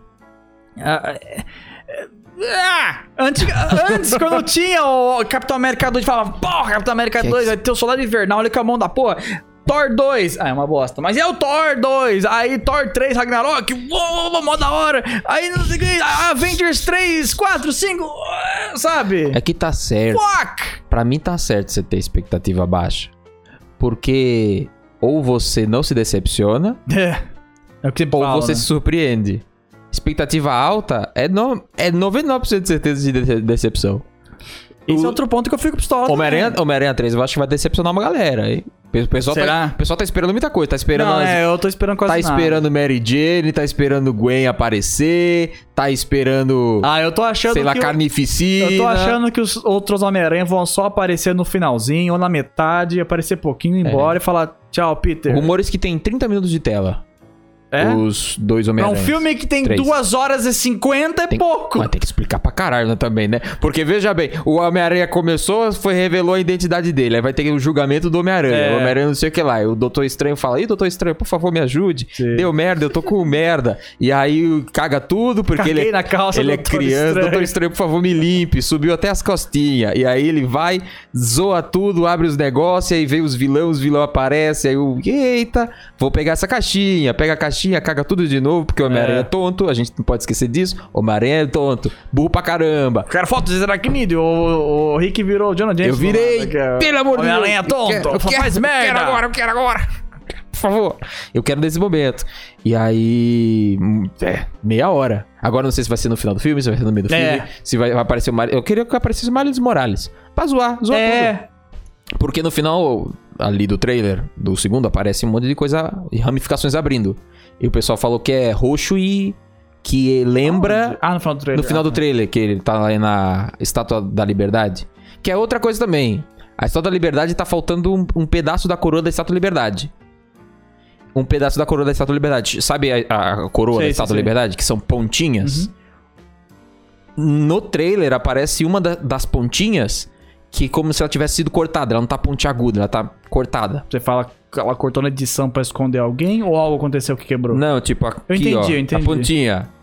A: Antes, quando eu tinha o Capitão América 2, a gente falava, porra, Capitão América 2, vai ter o Soldado Invernal, olha com a mão da porra. Thor 2, é uma bosta, mas é o Thor 2, aí Thor 3, Ragnarok, mó da hora, aí não sei o que, Avengers 3, 4, 5, sabe?
B: É que tá certo.
A: Fuck!
B: Pra mim tá certo você ter expectativa baixa, porque ou você não se decepciona,
A: é o que você
B: ou
A: fala,
B: você se surpreende. Expectativa alta é 99% de certeza de decepção.
A: Esse é outro ponto que eu fico pistola.
B: Homem-Aranha 3 eu acho que vai decepcionar uma galera aí. O pessoal tá esperando muita coisa. Tá esperando.
A: Não, eu tô esperando quase nada.
B: Tá esperando Mary Jane, tá esperando Gwen aparecer, tá esperando.
A: Eu tô achando
B: sei lá, Carnificina.
A: Eu tô achando que os outros Homem-Aranha vão só aparecer no finalzinho ou na metade, aparecer pouquinho, ir embora e falar tchau, Peter.
B: Rumores que tem 30 minutos de tela. Os dois Homem-Aranha.
A: É um filme que tem 2 horas e 50 é pouco.
B: Mas tem que explicar pra caralho também, né? Porque veja bem, o Homem-Aranha começou, revelou a identidade dele. Aí vai ter o julgamento do Homem-Aranha. O Homem-Aranha não sei o que lá. E o Doutor Estranho fala, Doutor Estranho, por favor, me ajude. Sim. Deu merda, eu tô com merda. E aí caga tudo, porque ele é criança. Doutor Estranho, por favor, me limpe. Subiu até as costinhas. E aí ele vai, zoa tudo, abre os negócios, aí vem os vilão aparece. Aí eita, vou pegar essa caixinha. Pega a caixinha, caga tudo de novo, porque o Homem-Aranha é tonto, a gente não pode esquecer disso. O Homem-Aranha é tonto, burro pra caramba.
A: Quero foto de Aracnídeo, o Rick virou o Jonah Jameson.
B: Eu virei, pelo amor de Deus.
A: Homem-Aranha é tonto, faz merda.
B: Eu quero agora. Por favor. Eu quero nesse momento. E aí... meia hora. Agora não sei se vai ser no final do filme, se vai ser no meio do filme. Se vai aparecer o Miles... Eu queria que aparecesse o Miles Morales. Pra zoar tudo. Porque no final ali do trailer, do segundo, aparece um monte de coisa, ramificações abrindo. E o pessoal falou que é roxo e que lembra...
A: no final do trailer.
B: No final do trailer, que ele tá lá na Estátua da Liberdade. Que é outra coisa também. A Estátua da Liberdade tá faltando um pedaço da coroa da Estátua da Liberdade. Um pedaço da coroa da Estátua da Liberdade. Sabe a coroa da Estátua da Liberdade? Que são pontinhas? No trailer aparece uma das pontinhas... que como se ela tivesse sido cortada. Ela não tá pontiaguda, ela tá cortada.
A: Você fala que ela cortou na edição pra esconder alguém ou algo aconteceu que quebrou?
B: Não, tipo aqui,
A: eu entendi.
B: A pontinha.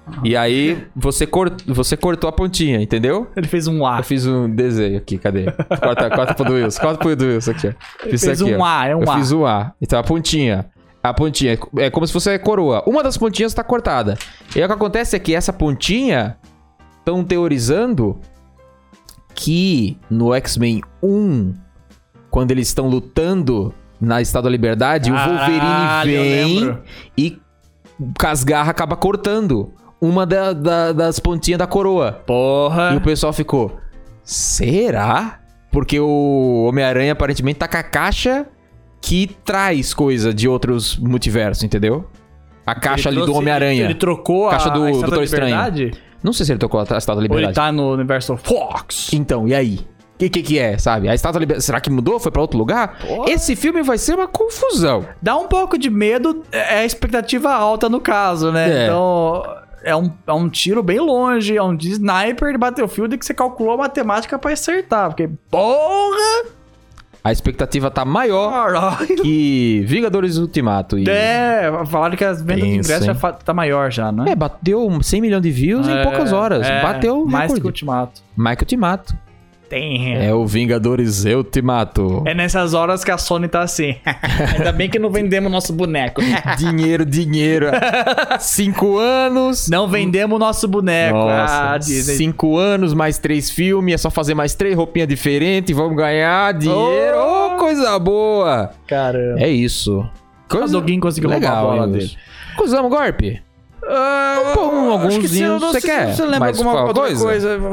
B: E aí, você cortou a pontinha, entendeu?
A: Ele fez um A.
B: Eu fiz um desenho aqui, cadê? Corta pro do Wilson. Corta pro do Wilson aqui, ó.
A: Ele fez um A, é um
B: Eu
A: A.
B: fiz um A. Então, a pontinha é como se fosse a coroa. Uma das pontinhas tá cortada. E aí, o que acontece é que essa pontinha estão teorizando que no X-Men 1, quando eles estão lutando na Estátua da Liberdade, o Wolverine vem e com as garras acaba cortando uma das pontinhas da coroa.
A: Porra.
B: E o pessoal ficou, será? Porque o Homem-Aranha aparentemente tá com a caixa que traz coisa de outros multiversos, entendeu? A caixa ali do Homem-Aranha.
A: Ele trocou
B: Caixa do
A: a Estátua
B: Doutor
A: da
B: Estranho.
A: Liberdade?
B: Não sei se ele tocou a Estátua da
A: Ou
B: Liberdade.
A: ele tá no universo Fox?
B: Então, e aí? O que é, sabe? A Estátua da Liberdade, será que mudou? Foi pra outro lugar?
A: Porra.
B: Esse filme vai ser uma confusão.
A: Dá um pouco de medo, é a expectativa alta no caso, né?
B: É.
A: Então, é um tiro bem longe, é um de sniper de Battlefield que você calculou a matemática pra acertar. Porque, porra!
B: A expectativa tá maior
A: Caralho!
B: que Vingadores Ultimato. E...
A: Falaram que as vendas de
B: Pensa,
A: ingresso
B: hein?
A: já tá maior já, né?
B: bateu 100 milhões de views em poucas horas. Bateu
A: mais que o
B: recorde.
A: Ultimato.
B: Mais que Ultimato.
A: Tem.
B: É o Vingadores Ultimato.
A: É nessas horas que a Sony tá assim. Ainda bem que não vendemos nosso boneco.
B: Dinheiro. 5 anos.
A: Não vendemos nosso boneco.
B: Nossa,
A: Disney.
B: 5 anos, mais 3 filmes, é só fazer mais 3 roupinhas diferentes, vamos ganhar dinheiro.
A: Oh!
B: Oh, coisa boa.
A: Caramba.
B: É isso.
A: O Doguinho conseguiu roubar a bola dele.
B: Usamos golpe?
A: Acho que
B: Alguns
A: não
B: você
A: sei
B: quer?
A: se você lembra
B: Mais
A: alguma outra
B: coisa?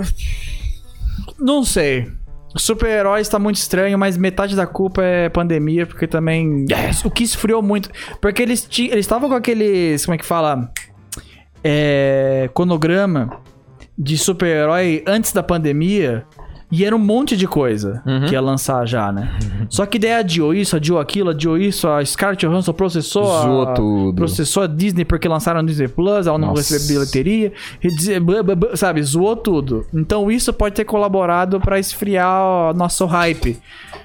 A: Não sei. Super-heróis tá muito estranho, mas metade da culpa é pandemia, porque também... O que esfriou muito. Porque eles estavam com aqueles... Como é que fala? Cronograma de super-herói antes da pandemia... E era um monte de coisa que ia lançar já, né? Só que daí adiou isso, adiou aquilo, adiou isso. A Scarlett Johansson
B: Zoou tudo.
A: processou a Disney porque lançaram no Disney Plus, ela não
B: Nossa.
A: recebeu bilheteria. Sabe, zoou tudo. Então isso pode ter colaborado pra esfriar o nosso hype.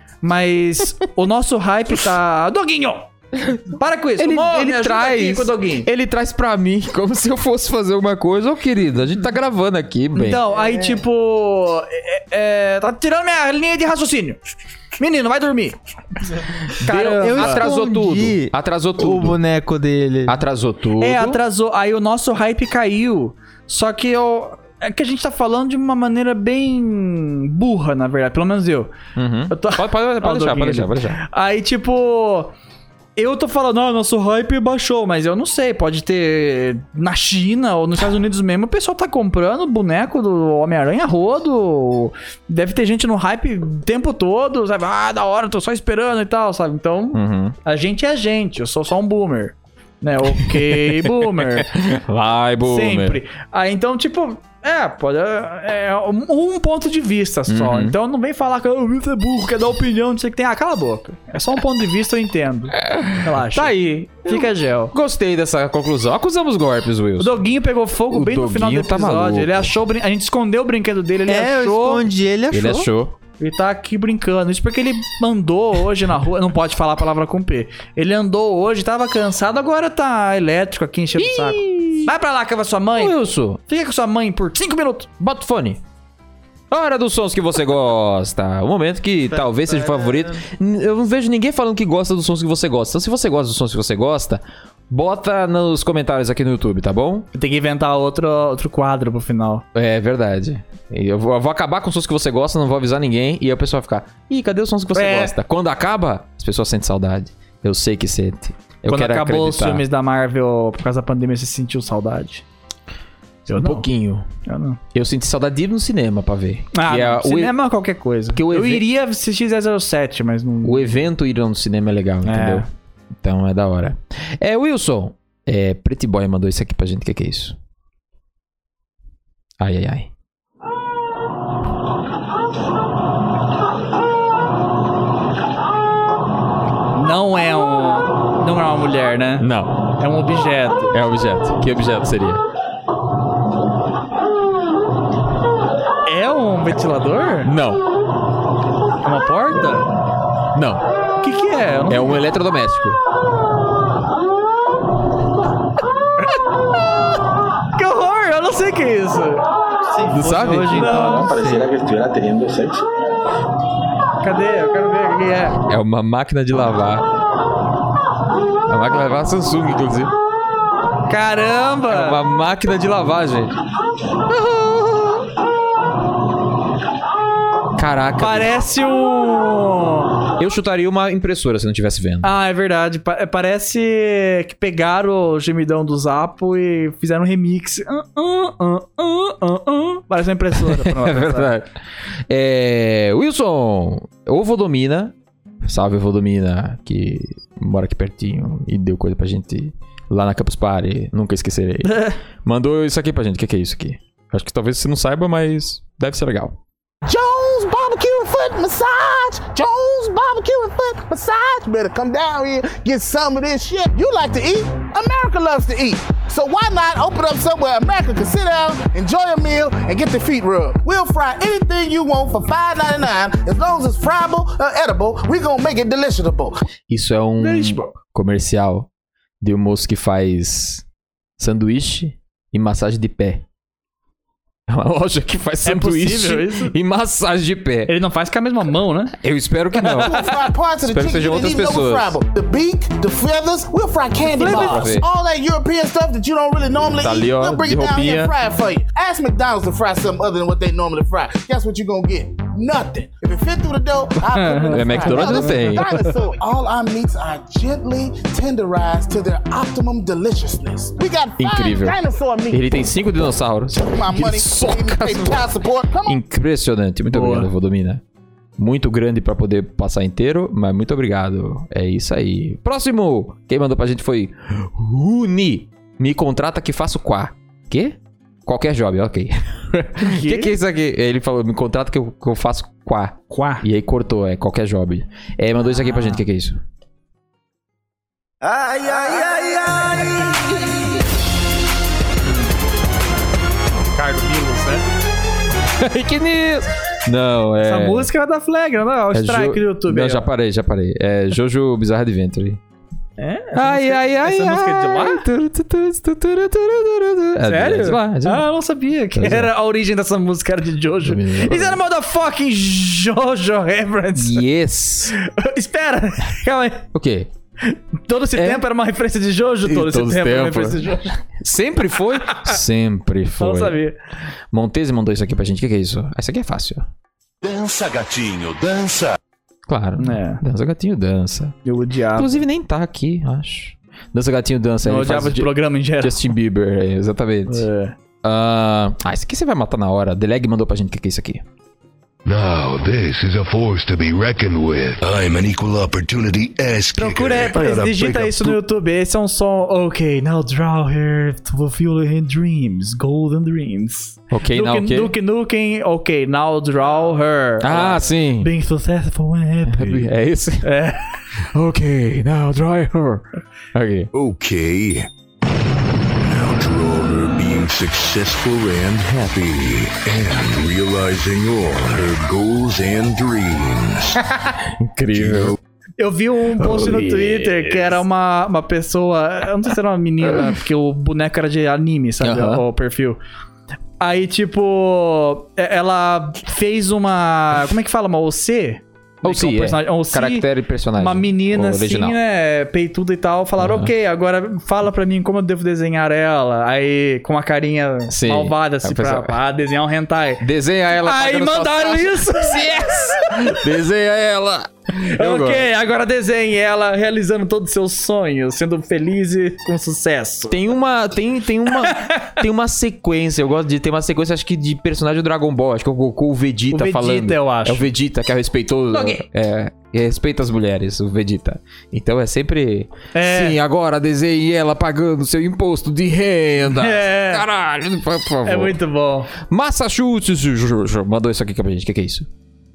A: Mas o nosso hype tá... Doguinho! Para com isso.
B: Ele
A: Me ajuda aqui
B: traz.
A: com o Doguinho.
B: Ele traz pra mim como se eu fosse fazer uma coisa. Ô, querido, a gente tá gravando aqui, bem.
A: Então, aí tipo... tá tirando minha linha de raciocínio. Menino, vai dormir.
B: Caramba,
C: eu
B: atrasou tudo.
C: escondi
B: Atrasou
C: o
B: tudo.
C: boneco dele.
B: Atrasou tudo.
A: Atrasou. Aí o nosso hype caiu. Só que é que a gente tá falando de uma maneira bem burra, na verdade. Pelo menos eu.
B: Uhum.
A: Eu tô...
B: Pode deixar.
A: Aí, tipo... Eu tô falando, nosso hype baixou, mas eu não sei, pode ter na China ou nos Estados Unidos mesmo, o pessoal tá comprando boneco do Homem-Aranha rodo, deve ter gente no hype o tempo todo, sabe? Da hora, tô só esperando e tal, sabe? Então, a gente é a gente, eu sou só um boomer, né? Ok, boomer.
B: Vai, boomer.
A: Sempre. Aí, então, tipo... pode... É um ponto de vista só. Então não vem falar que o Wilson é burro, quer dar opinião, não sei o que tem. Cala a boca. É só um ponto de vista, eu entendo. Relaxa.
B: Tá aí.
A: Fica gel.
B: Gostei dessa conclusão. Acusamos golpes,
A: O
B: Wilson.
A: Doguinho pegou fogo
B: O
A: bem no final do
B: Doguinho tá
A: episódio.
B: maluco.
A: Ele achou... A gente escondeu o brinquedo dele, ele
C: eu
A: achou...
C: escondi, ele achou.
B: Ele achou.
A: Ele tá aqui brincando. Isso porque ele andou hoje na rua. Não pode falar a palavra com P. Ele andou hoje, tava cansado, agora tá elétrico aqui enchendo o saco. Vai pra lá com a sua mãe.
B: Wilson,
A: Fica com sua mãe por 5 minutos.
B: bota o fone. Hora dos sons que você gosta. O momento que talvez seja o favorito. Eu não vejo ninguém falando que gosta dos sons que você gosta. Então, se você gosta dos sons que você gosta, bota nos comentários aqui no YouTube, tá bom?
A: Tem que inventar outro quadro pro final.
B: É verdade. E eu vou acabar com os sons que você gosta, não vou avisar ninguém. E aí o pessoal vai ficar, ih, cadê os sons que você gosta? Quando acaba, as pessoas sentem saudade. Eu sei que sente. Eu
A: Quando
B: quero
A: acabou
B: acreditar.
A: os filmes da Marvel por causa da pandemia, você sentiu saudade? Eu
B: Um
A: não.
B: pouquinho.
A: Eu não.
B: Eu senti saudade de ir no cinema pra ver.
A: Ah,
B: Que é
A: não.
B: o
A: Cinema é qualquer coisa.
B: que o
A: Eu
B: even-
A: iria assistir 007, mas não...
B: O evento ir no cinema é legal, entendeu? Então é da hora. Wilson, Pretty Boy mandou isso aqui pra gente. O que é isso? Ai, ai, ai.
A: Não é uma mulher, né?
B: Não,
A: É um objeto.
B: é objeto. Que objeto seria?
A: É um ventilador?
B: Não,
A: É uma porta?
B: não.
A: O que é? Eu não-
B: É um eletrodoméstico.
A: Que horror! Eu não sei o que é isso.
B: Não sabe?
C: Hoje,
A: Não.
D: Pareciera que estuviera teniendo sexo.
A: Cadê? Eu quero ver o que é.
B: É uma máquina de lavar. A máquina de lavar Samsung, inclusive.
A: Caramba!
B: É uma máquina de lavar, gente. Caraca.
A: Parece um...
B: Eu chutaria uma impressora se não estivesse vendo.
A: Ah, é verdade. Parece que pegaram o gemidão do Zapo e fizeram um remix. Parece uma impressora.
B: É verdade. Wilson, Ovodomina. Salve, Ovodomina, que mora aqui pertinho e deu coisa pra gente lá na Campus Party. Nunca esquecerei. Mandou isso aqui pra gente. O que é isso aqui? Acho que talvez você não saiba, mas deve ser legal.
E: Jones Barbecue and Foot Massage. Jones Barbecue and Foot Massage. You better come down here, get some of this shit. You like to eat? America loves to eat. So why not open up somewhere America can sit down, enjoy a meal, and get their feet rubbed? We'll fry anything you want for $5.99. As long as it's friable or edible, we gonna make it deliciousable.
B: Isso é um comercial de um moço que faz sanduíche e massagem de pé. É uma loja que faz sanduíche
A: possível isso?
B: e massagem de pé.
A: Ele não faz com a mesma mão, né?
B: Eu espero que não.
E: We'll fry parts of the
B: Espero que
E: chicken
B: sejam
E: you
B: outras
E: didn't even know was
B: pessoas.
E: friable. The beak, the feathers, we'll fry candy bars.
B: Ver.
E: All that European stuff that you don't really normally
B: Tá ali,
E: eat,
B: ó,
E: we'll bring
B: de
E: it down here and
B: roupinha.
E: fry it for you. Ask McDonald's to fry something other than what they normally fry. Guess what you're gonna get? Nothing. If it fit through the dough, I'll put it in the
B: É, McDonald's não tem.
E: Dinosaur. All our meats are gently tenderized to their optimum deliciousness. We got fine
B: Incrível.
E: dinosaur meat.
B: Ele tem 5 dinossauros.
E: My money.
B: soca
E: Give me
B: as
E: pay child support. Come on.
B: Impressionante. Muito
A: Boa.
B: obrigado, Vodomina. Muito grande pra poder passar inteiro, mas muito obrigado. É isso aí. Próximo! Quem mandou pra gente foi Runi. Me contrata que faço quá. Quê? Qualquer job, ok. Que é isso aqui? Ele falou, me contrata que eu faço quá.
A: Quá.
B: E aí cortou, é qualquer job. Mandou isso aqui pra gente, o que é isso?
A: Ricardo Milos, né?
B: Que nisso? Não, é...
A: Essa música é da Flagra, não é o strike do YouTube.
B: Não,
A: aí,
B: já
A: ó.
B: parei. É Jojo Bizarre Adventure.
A: É? Essa música é de lá? Sério?
B: É de lá.
A: Ah, eu não sabia que
B: Pois é.
A: era a origem dessa música, era de Jojo. Isso era motherfucking Jojo reference.
B: Yes.
A: Espera, calma aí.
B: O quê?
A: Todo esse tempo era uma referência de Jojo? Todo esse
B: todo
A: tempo era uma
B: tempo.
A: referência de Jojo.
B: Sempre foi? Sempre foi.
A: Não sabia.
B: Montese mandou isso aqui pra gente. O que é isso? Essa aqui é fácil.
D: Dança, gatinho, dança.
B: Claro.
A: É.
B: Dança Gatinho Dança.
A: Eu odiava.
B: Inclusive nem tá aqui, acho. Dança Gatinho Dança.
A: Eu
B: ele
A: odiava
B: faz
A: de programa em geral.
B: Justin Bieber, exatamente.
A: É.
B: Isso aqui você vai matar na hora. Deleg mandou pra gente o que é isso aqui.
F: Now, this is a force to be reckoned with. I'm an equal opportunity ass kicker.
A: Procura, digita isso no YouTube. Esse é um som. Ok, now draw here to fulfill your dreams. Golden dreams.
B: Ok, não, ok.
A: Nuke Nukem. Ok, now draw her.
B: Ah, sim.
A: Being successful and happy.
B: É esse?
A: É.
B: Ok, now dry her. Ok.
F: Okay. Now draw her being successful and happy, and realizing all her goals and dreams.
B: Incrível.
A: Eu vi um post no Twitter que era uma pessoa. Eu não sei se era uma menina, porque o boneco era de anime, sabe?
B: Aham.
A: O perfil. Aí, tipo, ela fez uma. Como é que fala? Uma OC?
B: Ou sim,
A: OC,
B: caractere e personagem.
A: uma menina
B: O
A: assim,
B: original.
A: né? Peituda e tal. Falaram, ok, agora fala pra mim como eu devo desenhar ela. Aí, com uma carinha
B: Sim.
A: malvada, assim,
B: A pessoa-
A: pra desenhar um hentai.
B: Desenha ela.
A: Aí
B: pagando suas
A: mandaram
B: taxas.
A: isso! Yes!
B: Desenha ela. Eu
A: Ok,
B: gosto.
A: agora desenhe ela realizando todos os seus sonhos, sendo feliz e com sucesso.
B: Tem uma sequência, eu gosto de ter uma sequência, acho que de personagem do Dragon Ball, acho que é o Goku, o Vegeta,
A: O Vegeta,
B: falando.
A: eu acho.
B: É o Vegeta que é respeitoso. Que respeita as mulheres, o Vegeta. Então é sempre.
A: É.
B: Sim, agora desenhe ela pagando seu imposto de renda.
A: É.
B: Caralho, por favor.
A: É muito bom.
B: Massachusetts mandou isso aqui pra gente. O que é isso?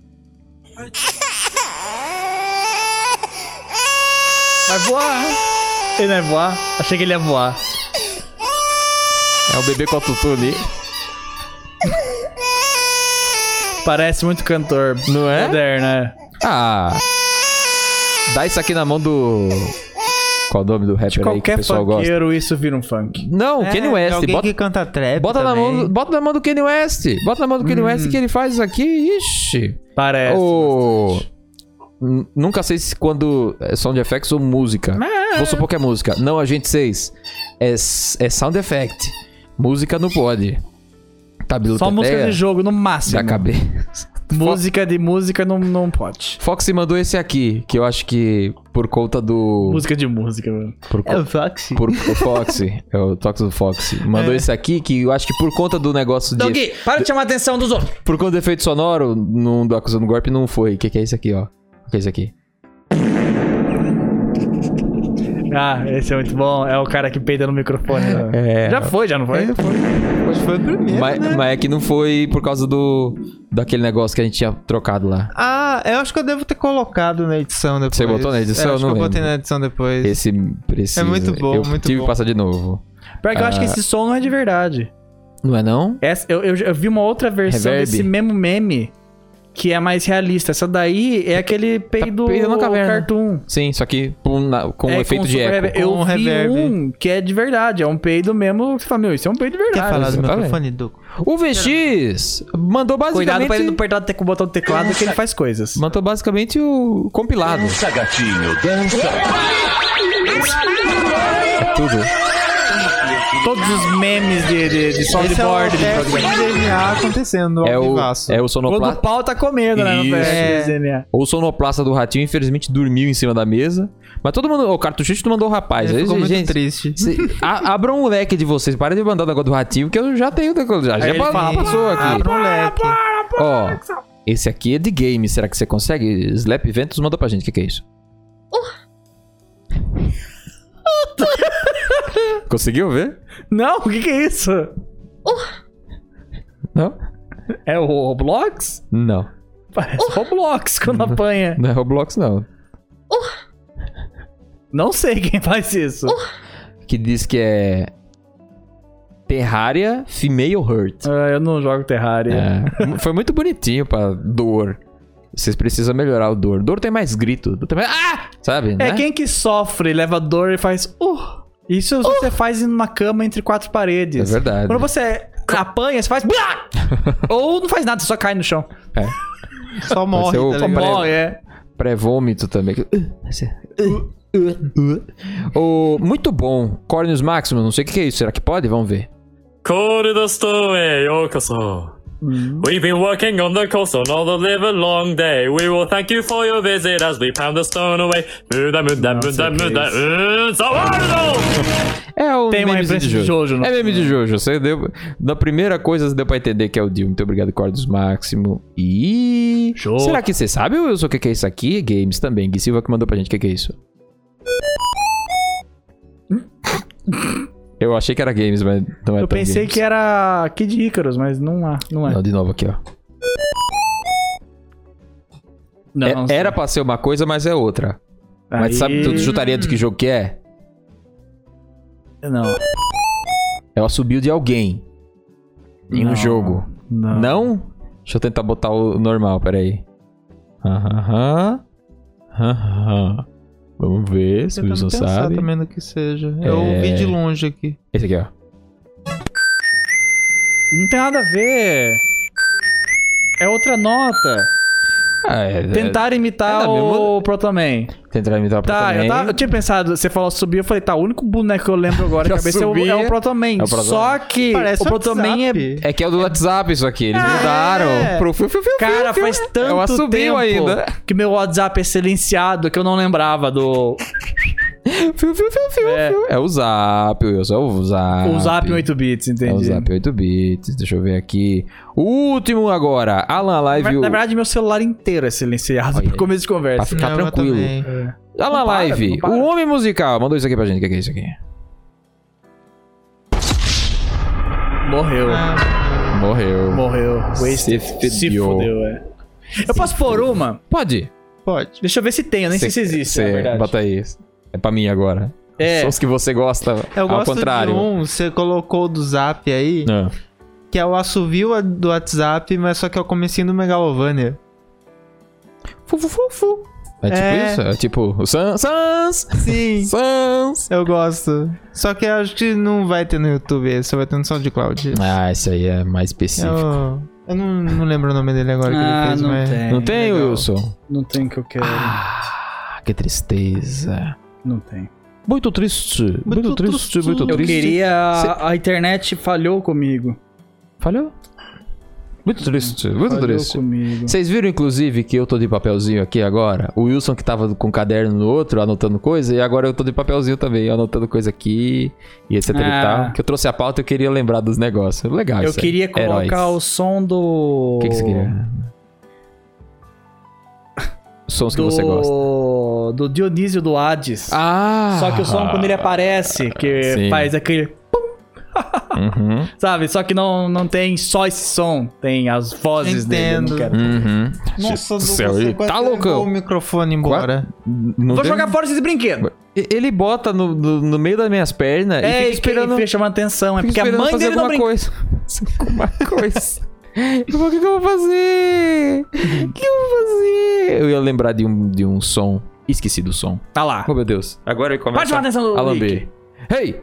A: Vai voar. Ele não vai voar? Achei que ele ia voar.
B: É o bebê com a tutu ali.
A: Parece muito cantor.
B: Não é?
A: Moderno, né?
B: Ah. Dá isso aqui na mão do Qual o nome do rapper
A: De
B: aí que o
A: qualquer
B: pessoal gosta?
A: funkeiro, isso vira um funk.
B: Não, Kanye West.
C: Alguém
B: Bota,
C: que canta trap
B: bota na mão do Kanye West. Bota na mão do Kanye West que ele faz isso aqui. Ixi.
A: Parece.
B: Nunca sei se quando é sound effects ou música. Vou supor que é música. Não, a gente 6. É sound effect. Música não pode. Tabilo
A: Só música de jogo, no máximo.
B: Da cabeça.
A: Música de música não pode.
B: Foxy mandou esse aqui, que eu acho que por conta do...
A: Música de música, mano.
C: É o Foxy.
B: O Foxy. É o Tox do Foxy. Mandou esse aqui, que eu acho que por conta do negócio de...
A: Dogui, para de chamar a atenção dos outros.
B: Por conta do efeito sonoro, do acusando golpe não foi. O que é esse aqui, ó? O que é esse aqui?
A: Ah, esse é muito bom. É o cara que peida no microfone. Né? Já não foi?
C: Foi o primeiro,
B: Mas é que não foi por causa daquele negócio que a gente tinha trocado lá.
C: Ah, eu acho que eu devo ter colocado na edição depois.
B: Você botou na edição?
C: Eu acho
B: não
C: que eu botei
B: lembro.
C: na edição depois.
B: Esse precisa.
C: É muito bom,
B: eu
C: muito
B: tive
C: bom.
B: que passar de novo.
A: Pior que eu acho que esse som não é de verdade.
B: Não é não?
A: Eu vi uma outra versão
B: Reverb.
A: desse mesmo meme que é mais realista. Essa daí é aquele peido
B: peido na caverna.
A: cartoon.
B: Sim, só que com um efeito de
A: super
B: eco.
A: reverb. Eu
C: Com
A: vi
C: reverb.
A: um que é de verdade. É um peido mesmo. Você fala, meu, isso é um peido de
C: Quer
A: verdade.
C: falar do
B: exatamente.
C: microfone, Duco?
B: O VX mandou
A: Cuidado
B: basicamente...
A: pra ele não apertar com o botão do teclado que ele faz coisas.
B: Mandou basicamente o compilado.
D: Dança, gatinho, dança.
B: Tudo.
A: Todos os memes de soundboard de
C: Esse é o
A: programa.
C: teste de DNA acontecendo
B: É
C: ao
B: o
C: vivaço.
A: Quando o
B: sonoplasta.
A: pau tá comendo, né? No
B: Isso.
A: teste de DNA.
B: O sonoplasta do ratinho, infelizmente, dormiu em cima da mesa. Mas todo mundo... O cartuchito mandou o rapaz.
C: Ele ficou muito
B: Gente,
C: triste.
B: abram um leque de vocês. Parem de mandar o negócio do ratinho, que eu já tenho. Já
A: ele fala,
B: passou aqui.
C: Abra um leque.
B: Ó, esse aqui é de game. Será que você consegue? Slap Ventus mandou pra gente. O que é isso? Conseguiu ver?
A: Não, o que é isso?
B: Não?
A: É o Roblox?
B: Não.
A: Parece Roblox quando apanha.
B: Não é Roblox, não.
A: Não sei quem faz isso.
B: Que diz que é... Terraria Female Hurt.
A: Ah, eu não jogo Terraria.
B: É. Foi muito bonitinho pra dor. Vocês precisam melhorar o dor. Dor tem mais grito. Dor tem mais... Ah! Sabe, né?
A: É quem que sofre, leva dor e faz... Isso você faz numa cama entre quatro paredes.
B: É verdade.
A: Quando você apanha, você faz... Ou não faz nada, você só cai no chão.
B: É.
C: Só morre,
B: ser o-
C: tá
A: Só
C: ligado?
A: morre, é.
B: Pré-vômito também. Muito bom. Cornus Maximus, não sei o que é isso. Será que pode? Vamos ver.
G: Cold Stone へようこそ We've been working on the coast on all the live long day. We will thank you for your visit as we pound the stone away. Muda, muda, muda, muda, Zawardo!
B: É o
A: Tem uma
B: memezinho
A: referência de Jojo, não?
B: É meme de Jojo. Você deu... Na primeira coisa, você deu pra entender que é o Dio. Muito obrigado, Cordos Máximo. E...
A: Show.
B: Será que você sabe, Wilson, o que é isso aqui? Games também. Gui Silva que mandou pra gente. O que é isso? Eu achei que era games, mas não é
A: Eu
B: tão
A: pensei
B: games.
A: que era Kid Icarus, mas não é.
B: Não, de novo aqui, ó.
A: Não,
B: Era pra ser uma coisa, mas é outra. Mas
A: Aí-
B: sabe, tu chutaria de que jogo que é?
A: Não.
B: É o assobio de alguém. Em um
A: Não.
B: jogo.
A: Não.
B: Não? Deixa eu tentar botar o normal, peraí. Aham. Vamos ver se o Wilson
C: Tentando pensar
B: sabe.
C: também no que seja. Eu ouvi de longe aqui.
B: Esse aqui, ó.
A: Não tem nada a ver. É outra nota. Tentar imitar
B: é da
A: o
B: mesma-
A: Protoman.
B: Tentar imitar o
A: Tá,
B: Protoman.
A: eu tinha pensado, você falou subir, eu falei, tá, o único boneco que eu lembro agora na
B: Que
A: cabeça é
B: subia.
A: o Protoman.
B: É o Protoman.
A: Só que
C: Parece
A: o Protoman é...
C: WhatsApp.
B: É que é o do WhatsApp isso aqui. Eles mudaram pro fio.
A: Cara, faz tanto
B: É o assobio
A: tempo
B: ainda.
A: que meu WhatsApp é silenciado que eu não lembrava do...
B: Fio. É o Zap, Wilson. É o Zap.
A: O Zap em 8 bits, entendi.
B: É o Zap 8 bits. Deixa eu ver aqui. O último agora. Alan Live.
A: Na verdade, meu celular inteiro é silenciado
B: Olha
A: pro
B: aí.
A: começo de
B: Pra
A: conversa.
B: ficar
C: Não, eu
B: tranquilo.
C: também.
B: Alan
A: Não para,
B: Live.
A: não para.
B: O Homem Musical. Mandou isso aqui pra gente. O que é isso aqui?
A: Morreu.
B: Morreu.
A: Morreu.
B: Se fudeu.
A: fudeu, é. Eu posso pôr uma?
B: Pode.
C: Pode.
A: Deixa eu ver se tem, eu nem sei se existe, na verdade.
B: Bota aí. É pra mim agora.
A: É.
B: São os que você gosta.
C: Eu
B: ao
C: gosto
B: contrário.
C: de um, você colocou do Zap aí,
B: Não.
C: que é o assovio do WhatsApp, mas só que é o comecinho do Megalovania.
B: Fu. É tipo
C: É.
B: isso? É tipo o Sans.
C: Sim,
B: Sans.
C: eu gosto. Só que eu acho que não vai ter no YouTube, esse só vai ter no SoundCloud.
B: Ah, esse aí é mais específico.
C: Eu não lembro o nome dele agora que ele fez,
A: não
C: mas...
A: tem.
B: Não tem,
A: legal.
B: Wilson?
A: Não tem que eu quero.
B: Ah, que tristeza.
A: Não tem.
B: Muito triste. Muito triste, muito
A: Eu
B: triste.
A: queria... A internet falhou comigo.
B: Falhou? Muito triste, muito
A: Falhou
B: triste.
A: comigo.
B: Vocês viram, inclusive, que eu tô de papelzinho aqui agora? O Wilson que tava com caderno no outro, anotando coisa, e agora eu tô de papelzinho também, anotando coisa aqui, e etc e tal. Que eu trouxe a pauta e eu queria lembrar dos negócios. Legal
A: Eu
B: isso aí.
A: queria colocar
B: Heróis.
A: o som do...
B: O que você queria? Sons que você gosta.
A: Do Dionísio do Hades.
B: Ah!
A: Só que o som quando ele aparece, que
B: Sim.
A: faz aquele...
B: Uhum.
A: Sabe? Só que não tem só esse som. Tem as vozes dele. Eu não
C: Entendo.
A: quero.
B: Uhum.
C: Nossa,
B: Jesus do céu, ele
C: quase
B: tá
C: levou
B: loucão.
C: o microfone embora.
B: Não
A: Vou
B: deu-
A: jogar fora esses brinquedos.
B: Ele bota no meio das minhas pernas e fica esperando...
A: Fica chamando atenção. É
B: fica
A: porque a
B: esperando
A: mãe
B: fazer
A: dele não
B: alguma
A: brinca.
B: coisa. Alguma coisa. Eu falei, o que eu vou fazer? O que eu vou fazer? Eu ia lembrar de um som. Esqueci do som.
A: Tá lá.
B: Oh, meu Deus. Agora ele começa
A: Pode chamar a atenção do
B: a lamber.
A: Rick.
B: Hey!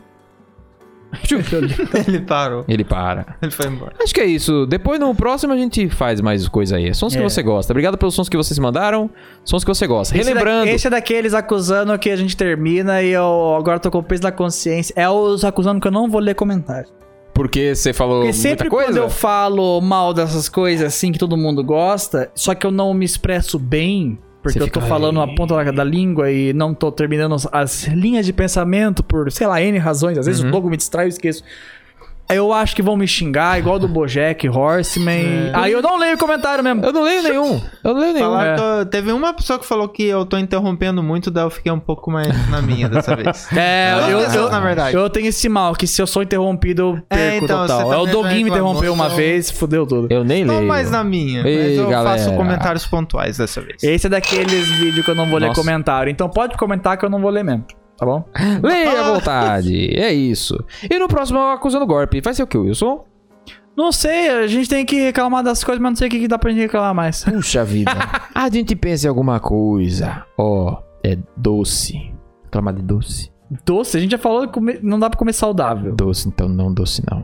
C: Ele parou.
B: Ele para.
C: Ele foi embora.
B: Acho que é isso. Depois no próximo a gente faz mais coisa aí. Sons que você gosta. Obrigado pelos sons que vocês mandaram. Sons que você gosta. Relembrando.
A: Esse é daqueles acusando que a gente termina e eu agora tô com o peso da consciência. É os acusando que eu não vou ler comentários.
B: Porque você falou
A: Porque sempre
B: muita coisa?
A: quando eu falo mal dessas coisas assim que todo mundo gosta, só que eu não me expresso bem, porque
B: Você
A: eu tô
B: fica,
A: falando
B: "Ai".
A: a ponta da língua e não tô terminando as linhas de pensamento por, sei lá, N razões. Às vezes o logo me distrai e eu esqueço. Eu acho que vão me xingar, igual do Bojack Horseman. Aí eu não leio comentário mesmo.
B: Eu não leio nenhum. Eu não leio nenhum.
C: Falar que teve uma pessoa que falou que eu tô interrompendo muito, daí eu fiquei um pouco mais na minha dessa vez. Na verdade.
A: Eu tenho esse mal, que se eu sou interrompido, eu perco
C: então,
A: total.
C: você
A: É o
C: também
A: Doguinho me
C: reclamou,
A: interrompeu uma
C: então-
A: vez, fudeu tudo.
B: Eu nem
C: Tô
B: leio.
C: mais na minha,
B: Ei,
C: mas eu
B: galera.
C: faço comentários pontuais dessa vez.
A: Esse é daqueles vídeos que eu não vou ler
B: Nossa.
A: comentário. Então pode comentar que eu não vou ler mesmo, tá bom?
B: Leia à vontade. É isso. E no próximo Acusando Golpe. Vai ser o que, Wilson?
A: Não sei, a gente tem que reclamar das coisas, mas não sei o que dá pra gente reclamar mais.
B: Puxa vida. A gente pensa em alguma coisa. É doce. Reclamar de doce.
A: Doce, a gente já falou que não dá pra comer saudável.
B: Doce, então não doce não.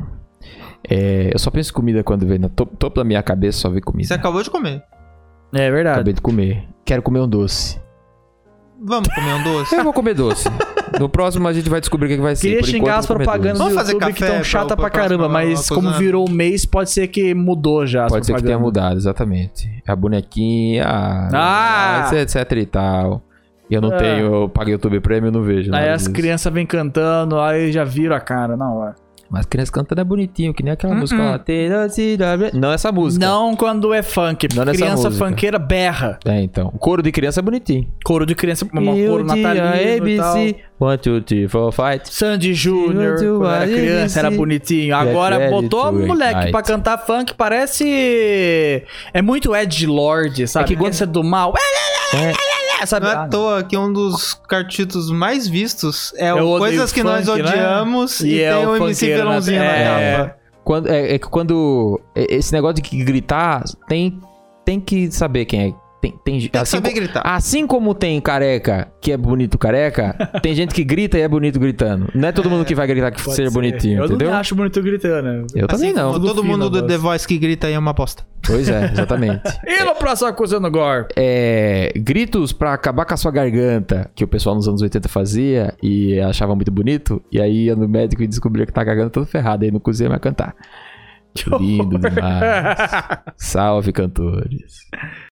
B: Eu só penso em comida quando vem no topo da minha cabeça, só vem comida.
C: Você acabou de comer.
A: É verdade.
B: Acabei de comer. Quero comer um doce.
C: Vamos comer um doce?
B: Eu vou comer doce. No próximo a gente vai descobrir o que vai ser.
A: Queria
B: Por
A: xingar
B: enquanto,
A: as
B: eu vou comer
A: propagandas
B: doce.
A: do
C: Vamos fazer
A: YouTube que
C: café
A: estão chata pra
C: próxima
A: caramba, mas como
C: acusando.
A: virou um mês, pode ser que mudou já. as
B: Pode ser que tenha
A: propagandas.
B: mudado, exatamente. A bonequinha,
A: Ah!
B: etc e tal. E eu não tenho, eu paguei o YouTube Premium, eu não vejo.
A: Aí
B: nada
A: as
B: disso.
A: crianças vêm cantando, aí já viram a cara na hora.
B: Mas criança cantando é bonitinho, que nem aquela música lá. Não essa música.
A: Não quando é funk,
B: Não nessa
A: criança
B: música.
A: funkeira berra.
B: É, então. O coro de criança é bonitinho.
A: Coro de criança, uma coro natalino e tal.
B: ABC, 1, 2, 3, 4, 5.
A: Sandy Júnior, quando era criança, era bonitinho. Agora
B: ready
A: botou a
B: to
A: moleque
B: ignite.
A: pra cantar funk, parece... É muito Ed Lord, sabe?
B: É que quando-
A: Criança do mal. Sabe?
C: Não é à toa que um dos cartitos mais vistos é
A: Eu
C: o
A: odeio
C: Coisas que Nós
A: funk, né?
C: Odiamos
A: E
C: e
A: é
C: tem
A: o
C: o MC
A: funkeiro na-
C: Vilãozinho na
A: é.
C: capa.
B: É que quando... Esse negócio de gritar, tem que saber quem é. Tem
C: Tem que saber gritar.
B: Assim como tem careca que é bonito careca, tem gente que grita e é bonito gritando. Não é todo mundo que vai gritar que
A: Pode
B: seja
A: ser.
B: bonitinho,
A: Eu
B: entendeu?
A: não acho bonito gritando.
B: Eu também
C: Assim
B: não.
C: como todo
A: fino,
C: mundo do
A: voz.
C: The Voice que grita aí é uma aposta.
B: Pois é, exatamente.
A: E no próximo acusando Gore?
B: Gritos pra acabar com a sua garganta, que o pessoal nos anos 80 fazia e achava muito bonito, e aí ia no médico e descobria que tá com a garganta todo ferrada, aí não conseguia mais cantar. Lindo demais. Salve, cantores.